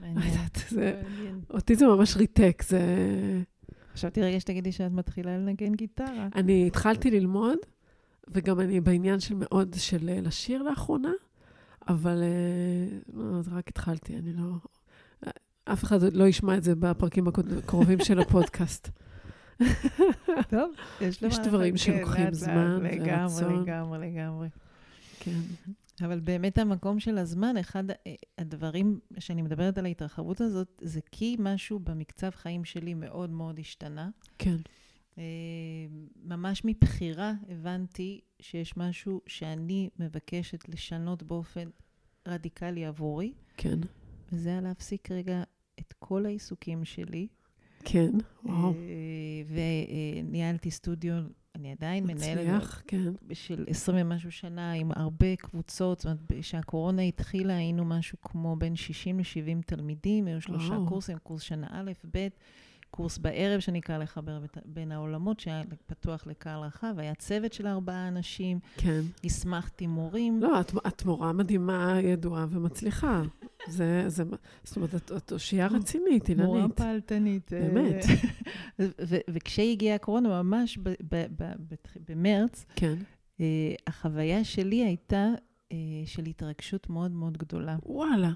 אותי זה ממש ריטק, זה... חשבתי רגע שתגידי שאת מתחילה לנגן גיטרה. אני התחלתי ללמוד, וגם אני בעניין של מאוד של לשיר לאחרונה, אבל רק התחלתי, אני לא... אף אחד לא ישמע את זה בפרקים הקרובים של הפודקאסט. טוב, יש דברים שלוקחים זמן ורצון. לגמרי. כן. אבל באמת המקום של הזמן, אחד הדברים שאני מדברת על ההתרחבות הזאת, זה כי משהו במקצב חיים שלי מאוד מאוד השתנה. כן. ממש מבחירה הבנתי שיש משהו שאני מבקשת לשנות באופן רדיקלי עבורי. כן. וזה היה להפסיק רגע את כל העיסוקים שלי. כן, וואו. וניהלתי סטודיו, אני עדיין מנהלת. מצליח, כן. של 20 ומשהו שנה, עם הרבה קבוצות, זאת אומרת, כשהקורונה התחילה, היינו משהו כמו בין 60 ל-70 תלמידים, היו 3 קורסים, קורס שנה א', ב', קורס בערב שנקרא לחבר בין העולמות, שהיה פתוח לקהל רחב, היה צוות של 4 אנשים, כן. הסמכתי מורים. לא, את מורה מדהימה, ידועה ומצליחה. זאת אומרת, את אושייה רצינית, אילנית. מורה פעלתנית. באמת. וכשהגיעה הקורונה, ממש במרץ, כן. החוויה שלי הייתה של התרגשות מאוד מאוד גדולה. וואלה.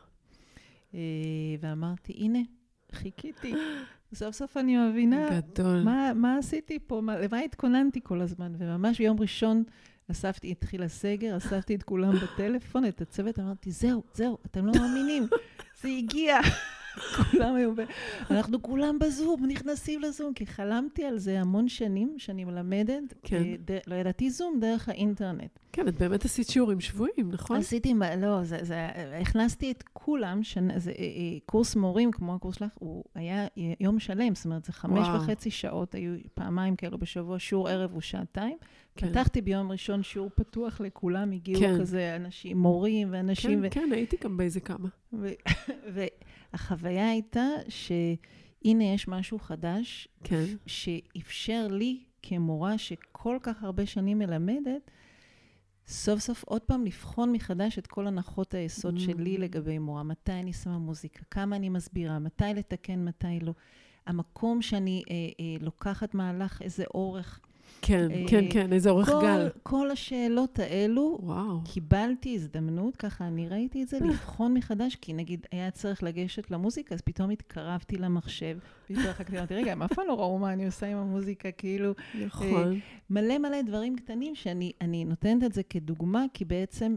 ואמרתי, הנה, חיכיתי. סוף סוף אני מבינה. גדול. מה עשיתי פה? למה התכוננתי כל הזמן? וממש ביום ראשון התחיל הסגר, אספתי את כולם בטלפון, את הצוות, אמרתי, זהו, אתם לא מאמינים. זה הגיע. כולם היו, אנחנו כולם בזום, נכנסים לזום, כי חלמתי על זה המון שנים שאני מלמדת, כן. לא ידעתי זום דרך האינטרנט. כן, את באמת עשית שיעורים שבועים, נכון? עשיתי, לא, הכנסתי את כולם, קורס מורים, כמו הקורס שלך, הוא היה יום שלם, זאת אומרת, זה 5.5 שעות, היו פעמיים כאלו בשבוע, שיעור ערב ושעתיים. פתחתי ביום ראשון שיעור פתוח לכולם, הגיעו כזה אנשים, מורים ואנשים. כן, הייתי גם באיזה כמה. והחוויה הייתה שהנה יש משהו חדש, שאפשר לי כמורה שכל כך הרבה שנים מלמדת, סוף סוף עוד פעם לבחון מחדש את כל הנחות היסוד שלי לגבי מורה. מתי אני שמה מוזיקה, כמה אני מסבירה, מתי לתקן, מתי לא. המקום שאני לוקחת מהלך, איזה אורך. כן, איזה אורך גל. כל השאלות האלו, קיבלתי הזדמנות, ככה אני ראיתי את זה, לבחון מחדש, כי נגיד היה צריך לגשת למוזיקה, אז פתאום התקרבתי למחשב, פתאום אמרתי, רגע, הם אף פעם לא ראו מה אני עושה עם המוזיקה, כאילו, מלא דברים קטנים, שאני נותנת את זה כדוגמה, כי בעצם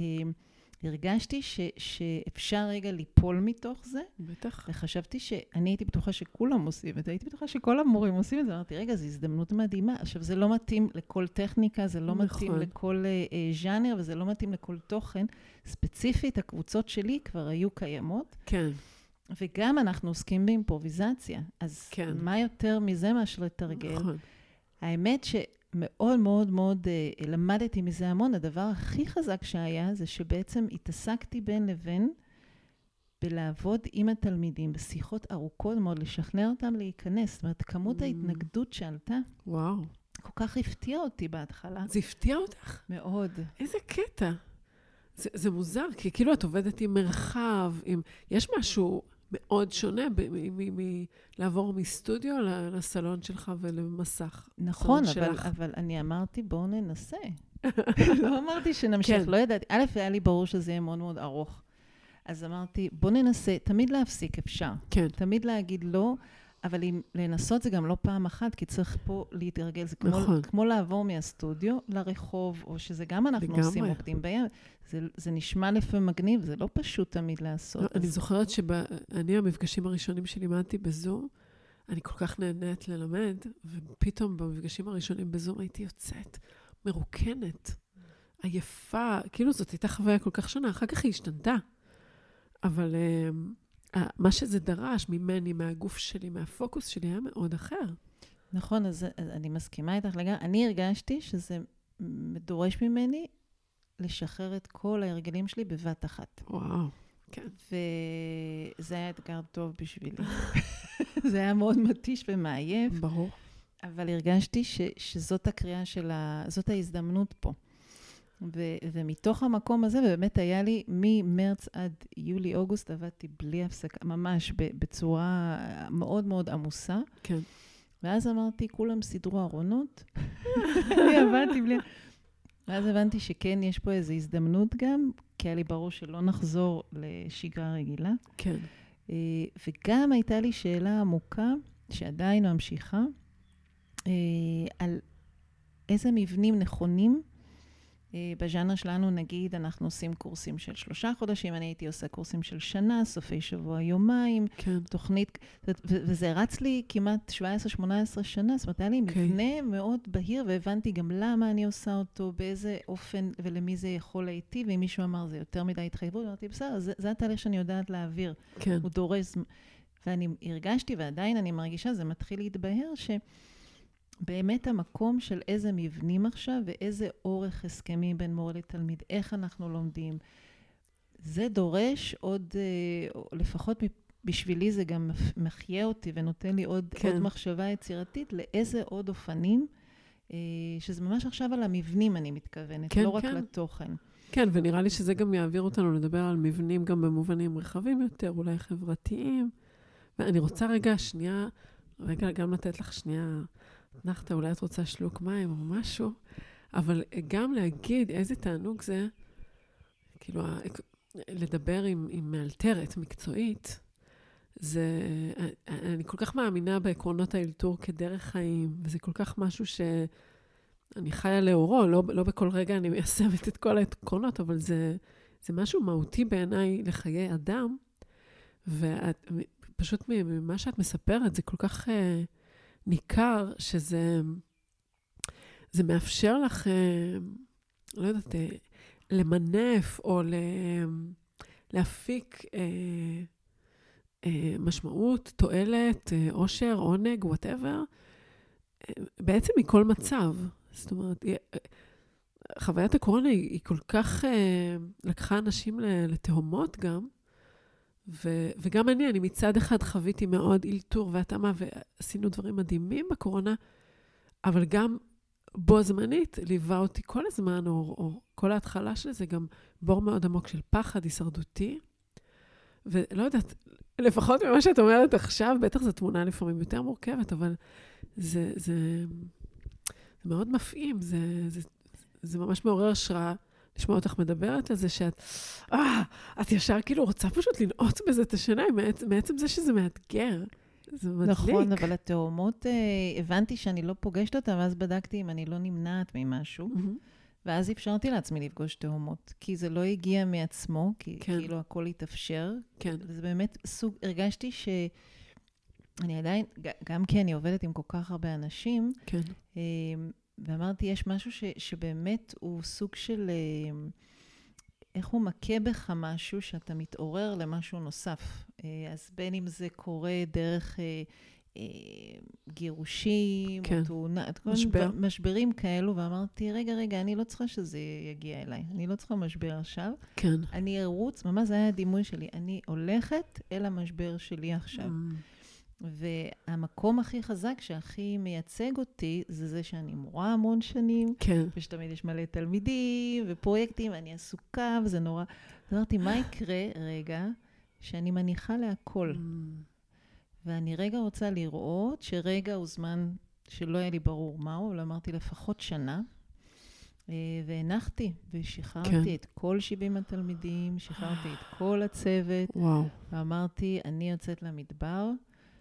הרגשתי שאפשר רגע ליפול מתוך זה. בטח. וחשבתי שאני הייתי בטוחה שכולם עושים את זה, הייתי בטוחה שכל המורים עושים את זה. אמרתי, רגע, זו הזדמנות מדהימה. עכשיו, זה לא מתאים לכל טכניקה, זה לא מתאים לכל ז'אנר, וזה לא מתאים לכל תוכן. ספציפית, הקבוצות שלי כבר היו קיימות. כן. וגם אנחנו עוסקים באימפרוביזציה. אז כן. מה יותר מזה מאשר לתרגל? נכון. האמת שמאוד מאוד מאוד למדתי מזה המון. הדבר הכי חזק שהיה זה שבעצם התעסקתי בין לבין בלעבוד עם התלמידים, בשיחות ארוכות מאוד, לשכנע אותם להיכנס. זאת אומרת, כמות ההתנגדות שעלתה, וואו. כל כך הפתיע אותי בהתחלה. זה הפתיע אותך? מאוד. איזה קטע. זה מוזר, כי כאילו את עובדת עם מרחב, יש משהו מאוד שונה לעבור מסטודיו לסלון שלך ולמסך. נכון, אבל אני אמרתי, בואו ננסה. לא אמרתי שנמשיך, לא ידעתי. א', היה לי ברור שזה יהיה מאוד מאוד ארוך. אז אמרתי, בואו ננסה, תמיד להפסיק אפשר. כן. תמיד להגיד לא, אבל אם לנסות זה גם לא פעם אחת, כי צריך פה להתרגל. זה כמו לעבור מהסטודיו לרחוב, או שזה גם אנחנו עושים עובדים בים. זה נשמע לפעמים מגניב, זה לא פשוט תמיד לעשות. אני זוכרת שאני, המפגשים הראשונים שלימדתי בזום, אני כל כך נהנית ללמד, ופתאום במפגשים הראשונים בזום הייתי יוצאת מרוקנת, עייפה, כאילו זאת הייתה חוויה כל כך שונה, אחר כך היא השתנתה. אבל מה שזה דרש ממני, מהגוף שלי, מהפוקוס שלי, היה מאוד אחר. נכון, אז אני מסכימה איתך לגמרי. אני הרגשתי שזה דורש ממני לשחרר את כל ההרגלים שלי בבת אחת. וואו, כן. וזה היה אתגר טוב בשבילי. זה היה מאוד מתיש ומעייף. ברור. אבל הרגשתי שזאת הקריאה זאת ההזדמנות פה. ומתוך המקום הזה, ובאמת היה לי ממרץ עד יולי-אוגוסט, עבדתי בלי הפסקה, ממש בצורה מאוד מאוד עמוסה. כן. ואז אמרתי, כולם סידרו ארונות. אני עבדתי בלי... ואז הבנתי שכן, יש פה איזו הזדמנות גם, כי היה לי ברור שלא נחזור לשגרה רגילה. כן. וגם הייתה לי שאלה עמוקה, שעדיין ממשיכה, על איזה מבנים נכונים, בז'אנר שלנו, נגיד, אנחנו עושים קורסים של 3 חודשים, אני הייתי עושה קורסים של שנה, סופי שבוע, יומיים, כן. תוכנית, וזה רץ לי כמעט 17-18 שנה, זאת אומרת, היה לי מבנה מאוד בהיר, והבנתי גם למה אני עושה אותו, באיזה אופן ולמי זה יכול להיטיב, ואם מישהו אמר, זה יותר מדי התחייבות, אמרתי, בסדר, זה התהליך שאני יודעת להעביר. כן. הוא דורס, ואני הרגשתי, ועדיין אני מרגישה, זה מתחיל להתבהר, באמת המקום של איזה מבנים עכשיו, ואיזה אורך הסכמים בין מורה לתלמיד, איך אנחנו לומדים. זה דורש עוד, לפחות בשבילי זה גם מחיה אותי, ונותן לי עוד מחשבה יצירתית, לאיזה עוד אופנים, שזה ממש עכשיו על המבנים אני מתכוונת, לא רק לתוכן. כן, ונראה לי שזה גם יעביר אותנו לדבר על מבנים גם במובנים רחבים יותר, אולי חברתיים. ואני רוצה רגע גם לתת לך שנייה, נחתה, אולי את רוצה שלוק מים או משהו, אבל גם להגיד איזה תענוג זה, כאילו, לדבר עם מאלתרת מקצועית, אני כל כך מאמינה בעקרונות האלתור כדרך חיים, וזה כל כך משהו שאני חיה לאורו, לא בכל רגע אני מיישמת את כל העקרונות, אבל זה משהו מהותי בעיניי לחיי אדם, ופשוט ממה שאת מספרת, זה כל כך ניכר שזה מאפשר לך, לא יודעת, למנף או להפיק משמעות, תועלת, עושר, עונג, whatever, בעצם מכל מצב. זאת אומרת, חוויית הקורונה היא כל כך לקחה אנשים לתהומות גם, וגם אני מצד אחד חוויתי מאוד אילתור והתאמה, ועשינו דברים מדהימים בקורונה, אבל גם בו זמנית ליווה אותי כל הזמן, או כל ההתחלה של זה, גם בור מאוד עמוק של פחד הישרדותי, ולא יודעת, לפחות ממה שאת אומרת עכשיו, בטח זו תמונה לפעמים יותר מורכבת, אבל זה מאוד מפעים, זה ממש מעורר השראה, לשמוע אותך מדברת על זה את ישר כאילו רוצה פשוט לנעוץ בזה את השיניים, מעצם זה שזה מאתגר. זה מדליק. נכון, אבל התאומות, הבנתי שאני לא פוגשת אותה, ואז בדקתי אם אני לא נמנעת ממשהו, ואז אפשרתי לעצמי לפגוש תאומות, כי זה לא הגיע מעצמו, כי כאילו הכל התאפשר. כן. וזה באמת סוג, הרגשתי שאני עדיין, גם כי אני עובדת עם כל כך הרבה אנשים, כן. ואמרתי, יש משהו שבאמת הוא סוג של איך הוא מכה בך משהו שאתה מתעורר למשהו נוסף. אז בין אם זה קורה דרך גירושים, כן. או תאונה, משברים כאלו, ואמרתי, רגע, אני לא צריכה שזה יגיע אליי. אני לא צריכה משבר עכשיו. כן. אני ארוץ, ממש זה היה הדימוי שלי. אני הולכת אל המשבר שלי עכשיו. והמקום הכי חזק שהכי מייצג אותי, זה שאני מורה המון שנים, כן. ושתמיד יש מלא תלמידים ופרויקטים, אני עסוקה, וזה נורא. אמרתי, מה יקרה רגע שאני מניחה להכל? ואני רגע רוצה לראות שרגע הוא זמן שלא היה לי ברור מהו, אבל אמרתי לפחות שנה, והנחתי ושחררתי את כל 70 התלמידים, שחררתי את כל הצוות, ואמרתי, אני יוצאת למדבר,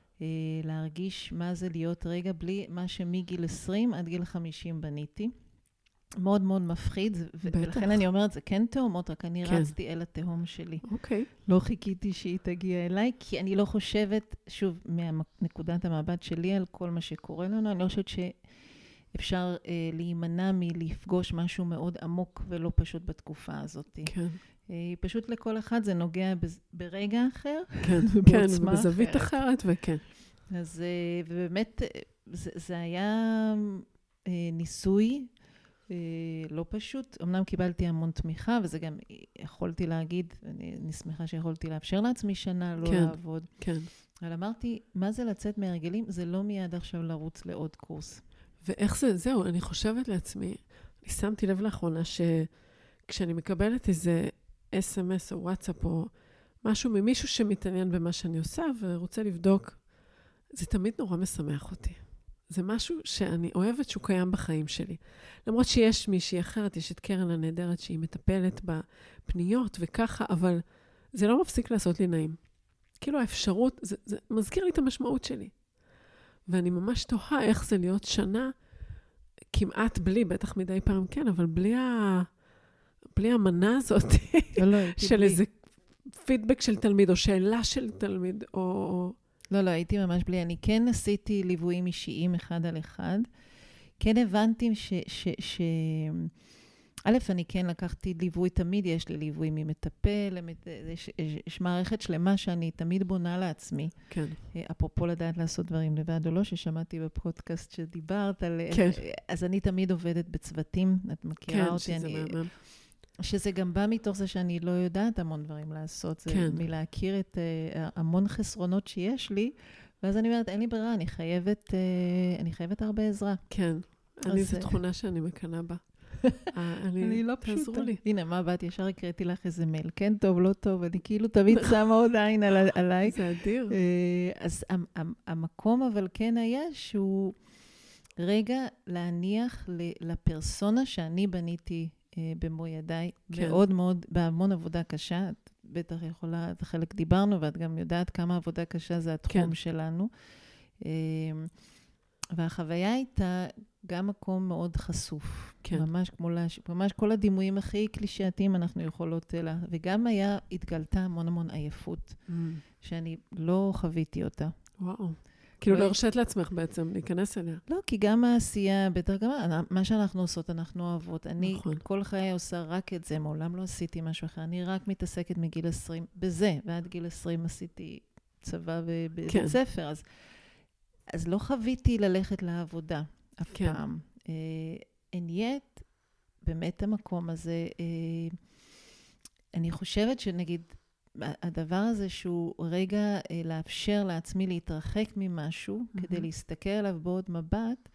להרגיש מה זה להיות רגע בלי מה שמגיל 20 עד גיל 50 בניתי. מאוד מאוד מפחיד, ולכן אני אומרת, זה כן תאומות, רק אני רצתי אל התהום שלי. אוקיי. לא חיכיתי שהיא תגיע אליי, כי אני לא חושבת, שוב, מנקודת המבט שלי על כל מה שקורה לנו, אני לא חושבת שאפשר להימנע מלפגוש משהו מאוד עמוק ולא פשוט בתקופה הזאת. כן. פשוט לכל אחד זה נוגע ברגע אחר. כן, כן, בזווית אחרת, וכן. אז באמת, זה היה ניסוי, לא פשוט. אמנם קיבלתי המון תמיכה, וזה גם יכולתי להגיד, אני שמחה שיכולתי לאפשר לעצמי שנה, לא לעבוד. כן. אבל אמרתי, מה זה לצאת מהרגלים? זה לא מיד עכשיו לרוץ לעוד קורס. ואיך זה, זהו, אני חושבת לעצמי, אני שמתי לב לאחרונה שכשאני מקבלת איזה SMS או וואטסאפ או משהו ממישהו שמתעניין במה שאני עושה ורוצה לבדוק, זה תמיד נורא משמח אותי. זה משהו שאני אוהבת שהוא קיים בחיים שלי. למרות שיש מישהי אחרת, יש את קרן הנהדרת שהיא מטפלת בפניות וככה, אבל זה לא מפסיק לעשות לי נעים. כאילו האפשרות, זה מזכיר לי את המשמעות שלי. ואני ממש תוהה איך זה להיות שנה, כמעט בלי, בטח מדי פעם כן, אבל בלי המנה הזאת של איזה פידבק של תלמיד, או שאלה של תלמיד, או... לא, הייתי ממש בלי. אני כן עשיתי ליוויים אישיים אחד על אחד. כן הבנתי א', אני כן לקחתי ליווי, תמיד יש לי ליווי ממטפל, יש מערכת שלמה שאני תמיד בונה לעצמי. כן. אפרופו לדעת לעשות דברים לבד או לא, ששמעתי בפודקאסט שדיברת על... כן. אז אני תמיד עובדת בצוותים, את מכירה אותי. כן, שזה מהמם. שזה גם בא מתוך זה שאני לא יודעת המון דברים לעשות. זה כן. מלהכיר את המון חסרונות שיש לי, ואז אני אומרת, אין לי ברירה, אני חייבת הרבה עזרה. כן, זו תכונה שאני מקנה בה. אני לא פשוטה. הנה, מה באת? ישר הקראתי לך איזה מייל. כן, טוב, לא טוב. אני כאילו תמיד שמה עוד עין עליי. זה אדיר. אז המקום אבל כן היה שהוא רגע להניח לפרסונה שאני בניתי במו ידיי, מאוד מאוד, בהמון עבודה קשה. את בטח יכולה, את חלק דיברנו, ואת גם יודעת כמה עבודה קשה זה התחום שלנו. והחוויה הייתה גם מקום מאוד חשוף. כן. ממש כל הדימויים הכי קלישאתיים אנחנו יכולות לה. וגם התגלתה המון עייפות, שאני לא חוויתי אותה. וואו. כאילו לא הרשת לעצמך בעצם להיכנס אליה. לא, כי גם העשייה, בטח גם מה שאנחנו עושות, אנחנו אוהבות. אני כל חיי עושה רק את זה, מעולם לא עשיתי משהו אחר. אני רק מתעסקת מגיל 20 בזה, ועד גיל 20 עשיתי צבא בבית ספר. אז לא חוויתי ללכת לעבודה אף פעם. And yet, באמת המקום הזה, אני חושבת שנגיד, הדבר הזה שהוא רגע לאפשר לעצמי להתרחק ממשהו, כדי להסתכל עליו בעוד מבט,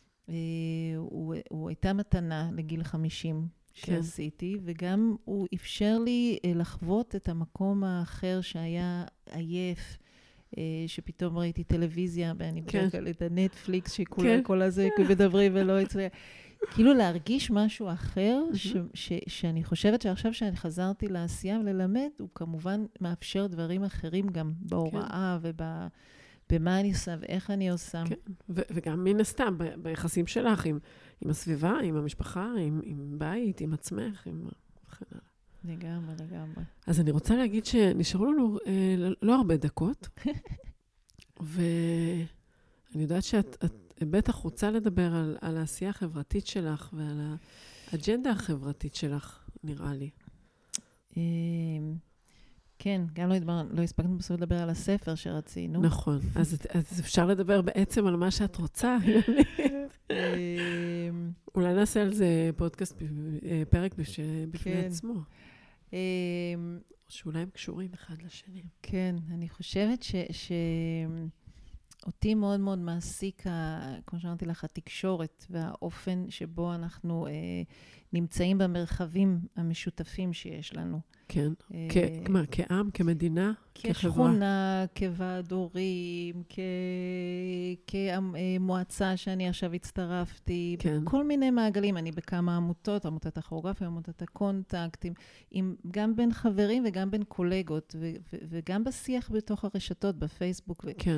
הוא הייתה מתנה לגיל 50 שעשיתי, וגם הוא אפשר לי לחוות את המקום האחר שהיה עייף, שפתאום ראיתי טלוויזיה, ואני בדרך כלל את הנטפליקס, שכולם כל הזה מדברים ולא יצא. כאילו להרגיש משהו אחר, שאני חושבת שעכשיו שאני חזרתי לעשייה וללמד, הוא כמובן מאפשר דברים אחרים גם בהוראה ובמה אני עושה ואיך אני עושה. וגם מן הסתם, ביחסים שלך עם הסביבה, עם המשפחה, עם בית, עם עצמך, עם... לגמרי. אז אני רוצה להגיד שנשארו לנו לא הרבה דקות, ואני יודעת שאת בטח רוצה לדבר על העשייה החברתית שלך ועל האג'נדה החברתית שלך, נראה לי. כן, גם לא הספקנו בסוף לדבר על הספר שרצינו. נכון, אז אפשר לדבר בעצם על מה שאת רוצה. אולי נעשה על זה פודקאסט, פרק בפני עצמו. שאולי הם קשורים אחד לשני. כן, אני חושבת אותי מאוד מאוד מעסיק, כמו שאמרתי לך, התקשורת והאופן שבו אנחנו נמצאים במרחבים המשותפים שיש לנו. כן, כעם, כמדינה, כחברה. כשכונה, כוועד הורים, כמועצה שאני עכשיו הצטרפתי, בכל מיני מעגלים. אני בכמה עמותות, עמותת הכוריאוגרפיה, עמותת הקונטקט, גם בין חברים וגם בין קולגות, וגם בשיח בתוך הרשתות, בפייסבוק. כן.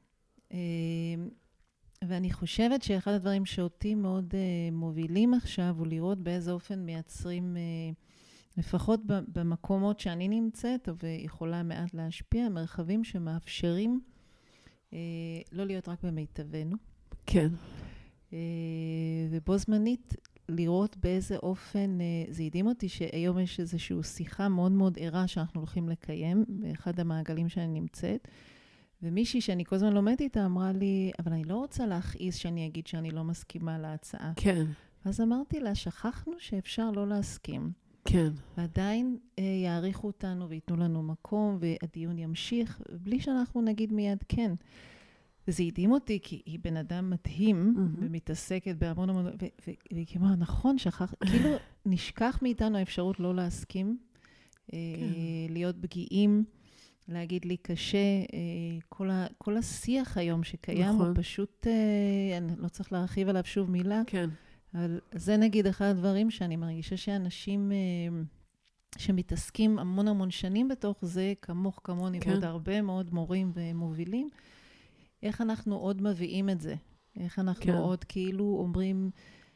ואני חושבת שאחד הדברים שאותי מאוד מובילים עכשיו, הוא לראות באיזה אופן מייצרים, לפחות במקומות שאני נמצאת, ויכולה מעט להשפיע, מרחבים שמאפשרים לא להיות רק במיטבנו. כן. ובו זמנית לראות באיזה אופן, זה ידעים אותי שהיום יש איזושהי שיחה מאוד מאוד ערה שאנחנו הולכים לקיים, באחד המעגלים שאני נמצאת, ומישהי שאני כל הזמן לומדת איתה אמרה לי, אבל אני לא רוצה להכעיס שאני אגיד שאני לא מסכימה להצעה. כן. אז אמרתי לה, שכחנו שאפשר לא להסכים. כן. ועדיין יעריכו אותנו ויתנו לנו מקום, והדיון ימשיך, בלי שאנחנו נגיד מיד כן. וזה ידעים אותי, כי היא בן אדם מדהים, ומתעסקת בהמון המון, והיא אמרה, נכון, כאילו נשכח מאיתנו האפשרות לא להסכים, להיות פגיעים, להגיד לי קשה, כל השיח היום שקיים, הוא פשוט, אני לא צריך להרחיב עליו שוב מילה, כן. אבל זה נגיד אחד הדברים שאני מרגישה שאנשים שמתעסקים המון המון שנים בתוך זה, כמוני, ועוד הרבה מאוד מורים ומובילים, איך אנחנו עוד מביאים את זה? איך אנחנו עוד כאילו אומרים,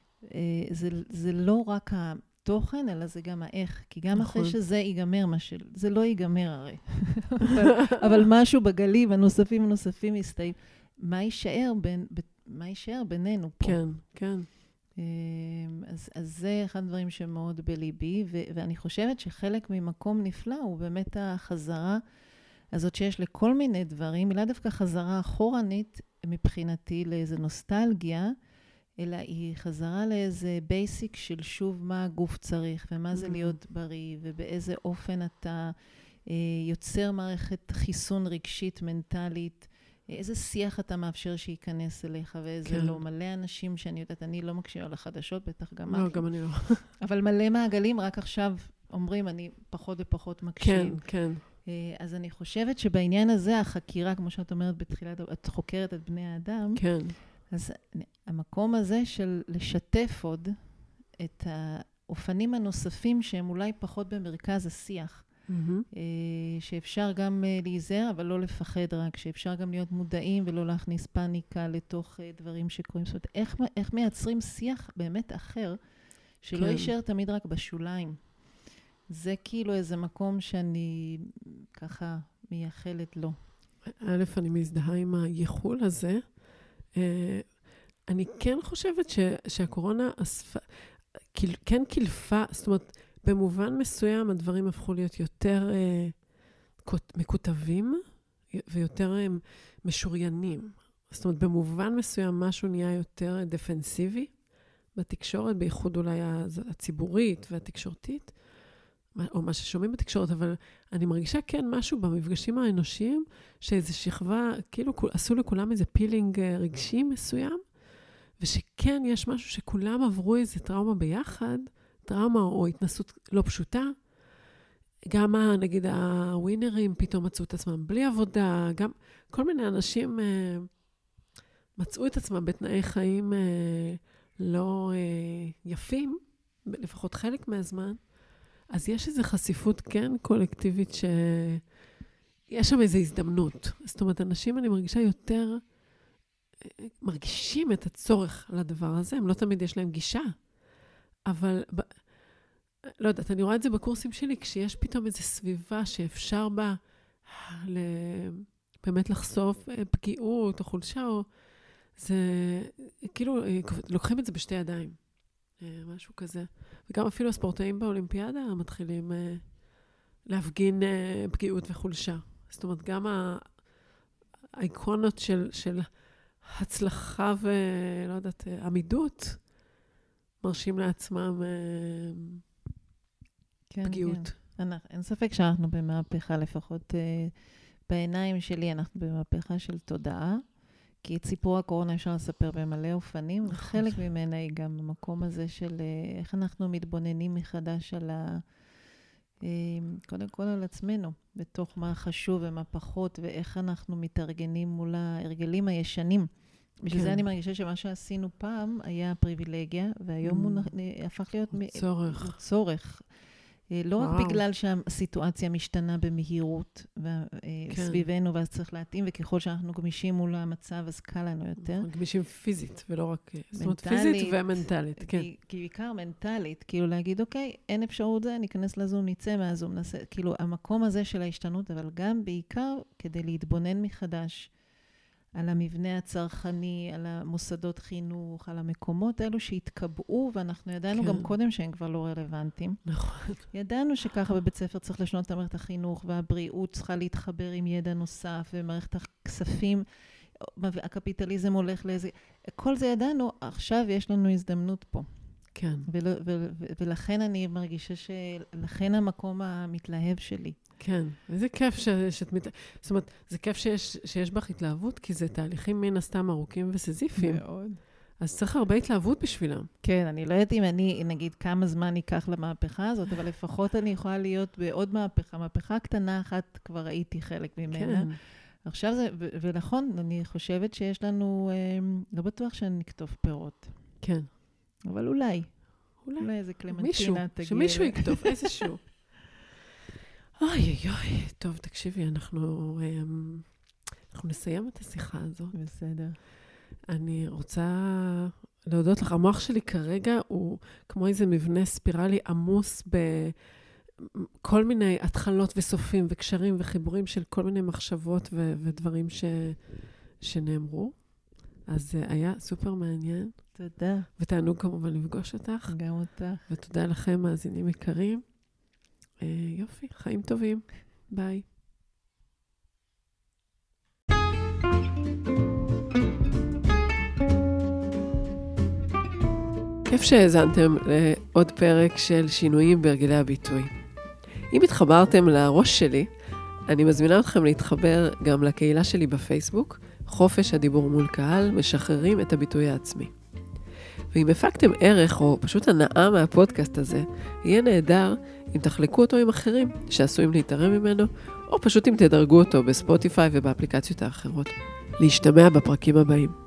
זה לא רק תוכן, אלא זה גם האיך. כי גם אחרי שזה ייגמר, זה לא ייגמר הרי. אבל משהו בגלים הנוספים יסתיים. מה יישאר בינינו פה? כן, כן. אז זה אחד הדברים שמאוד בליבי, ואני חושבת שחלק ממקום נפלא הוא באמת החזרה הזאת שיש לכל מיני דברים, מילה דווקא חזרה אחורנית מבחינתי לאיזו נוסטלגיה, אלא היא חזרה לאיזה בייסיק של שוב מה הגוף צריך, ומה זה להיות בריא, ובאיזה אופן אתה יוצר מערכת חיסון רגשית, מנטלית, איזה שיח אתה מאפשר שייכנס אליך, ואיזה לא. מלא אנשים שאני יודעת, אני לא מקשיבה לחדשות, בטח גם לא, גם אני לא. אבל מלא מעגלים, רק עכשיו אומרים, אני פחות ופחות מקשיב. כן, כן. אז אני חושבת שבעניין הזה, החקירה, כמו שאת אומרת בתחילת, את חוקרת את בני האדם, כן. אז המקום הזה של לשתף עוד את האופנים הנוספים שהם אולי פחות במרכז השיח, שאפשר גם להיזהר, אבל לא לפחד רק, שאפשר גם להיות מודעים ולא להכניס פאניקה לתוך דברים שקורים. זאת אומרת, איך מייצרים שיח באמת אחר, שלא יישאר תמיד רק בשוליים. זה כאילו איזה מקום שאני ככה מייחלת לו. א', אני מזדהה עם הייחול הזה. אני כן חושבת שהקורונה כן קילפה, זאת אומרת, במובן מסוים הדברים הפכו להיות יותר מקוטבים ויותר משוריינים. זאת אומרת, במובן מסוים משהו נהיה יותר דפנסיבי בתקשורת, בייחוד אולי הציבורית והתקשורתית, או מה ששומעים בתקשורת, אבל אני מרגישה כן משהו במפגשים האנושיים, שאיזו שכבה, כאילו עשו לכולם איזה פילינג רגשי מסוים, ושכן יש משהו שכולם עברו איזה טראומה ביחד, טראומה או התנסות לא פשוטה, גם נגיד הווינרים פתאום מצאו את עצמם בלי עבודה, גם כל מיני אנשים מצאו את עצמם בתנאי חיים לא יפים, לפחות חלק מהזמן, אז יש איזו חשיפות, כן, קולקטיבית, שיש שם איזו הזדמנות. זאת אומרת, אנשים, אני מרגישה יותר, מרגישים את הצורך לדבר הזה, הם לא תמיד יש להם גישה, אבל, לא יודעת, אני רואה את זה בקורסים שלי, כשיש פתאום איזו סביבה שאפשר בה באמת לחשוף פגיעות או חולשה, או זה, כאילו, לוקחים את זה בשתי ידיים. משהו כזה. וגם אפילו הספורטאים באולימפיאדה מתחילים להפגין פגיעות וחולשה. זאת אומרת, גם האיקונות של הצלחה ולא יודעת, עמידות, מרשים לעצמם פגיעות. כן. אין ספק שאנחנו במהפכה, לפחות בעיניים שלי, אנחנו במהפכה של תודעה, כי את סיפור הקורונה אפשר לספר במלא אופנים, וחלק ממנה היא גם המקום הזה של איך אנחנו מתבוננים מחדש על קודם כל על עצמנו, בתוך מה חשוב ומה פחות, ואיך אנחנו מתארגנים מול ההרגלים הישנים. בשביל זה אני מרגישה שמה שעשינו פעם היה פריבילגיה, והיום הוא הפך להיות צורך. לא רק בגלל שהסיטואציה משתנה במהירות סביבנו, ואז צריך להתאים, וככל שאנחנו גמישים מול המצב, אז קל לנו יותר. גמישים פיזית, ולא רק... זאת אומרת, פיזית ומנטלית, כן. כי בעיקר מנטלית, כאילו להגיד, אוקיי, אין אפשרות זה, ניכנס לזום, ניצא מהזום, נעשה, כאילו, המקום הזה של ההשתנות, אבל גם בעיקר כדי להתבונן מחדש על המבנה הצרכני, על המוסדות חינוך, על המקומות האלו שהתקבעו, ואנחנו ידענו גם קודם שהם כבר לא רלוונטיים. נכון. ידענו שככה בבית ספר צריך לשנות את מערכת החינוך, והבריאות צריכה להתחבר עם ידע נוסף, ומערכת הכספים, הקפיטליזם הולך לאיזה... כל זה ידענו, עכשיו יש לנו הזדמנות פה. כן. ולכן אני מרגישה לכן המקום המתלהב שלי. כן, וזה כיף זאת אומרת, זה כיף שיש בך התלהבות, כי זה תהליכים מן הסתם ארוכים וסזיפיים. מאוד. אז צריך הרבה התלהבות בשבילם. כן, אני לא יודעת אם אני, נגיד, כמה זמן ייקח למהפכה הזאת, אבל לפחות אני יכולה להיות בעוד מהפכה קטנה אחת, כבר הייתי חלק ממנה. כן. עכשיו זה, ונכון, אני חושבת שיש לנו, לא בטוח שנכתוב פירות. כן. אבל אולי איזה קלמנטינה תגיע. שמישהו יכתוב, איזשהו. אוי, טוב, תקשיבי, אנחנו נסיים את השיחה הזאת. בסדר. אני רוצה להודות לך. המוח שלי כרגע הוא כמו איזה מבנה ספירלי עמוס בכל מיני התחלות וסופים וקשרים וחיבורים של כל מיני מחשבות ודברים שנאמרו. אז זה היה סופר מעניין. תודה. ותענוג כמובן לפגוש אותך. גם אותך. ותודה לכם, מאזינים יקרים. יופי, חיים טובים. ביי. כיף שהאזנתם לעוד פרק של שינויים בהרגלי הביטוי. אם התחברתם לראש שלי, אני מזמינה אתכם להתחבר גם לקהילה שלי בפייסבוק, חופש הדיבור מול קהל, משחררים את הביטוי העצמי. ואם הפקתם ערך או פשוט הנאה מהפודקאסט הזה, יהיה נהדר אם תחלקו אותו עם אחרים שעשויים להתערם ממנו, או פשוט אם תדרגו אותו בספוטיפיי ובאפליקציות האחרות. להשתמע בפרקים הבאים.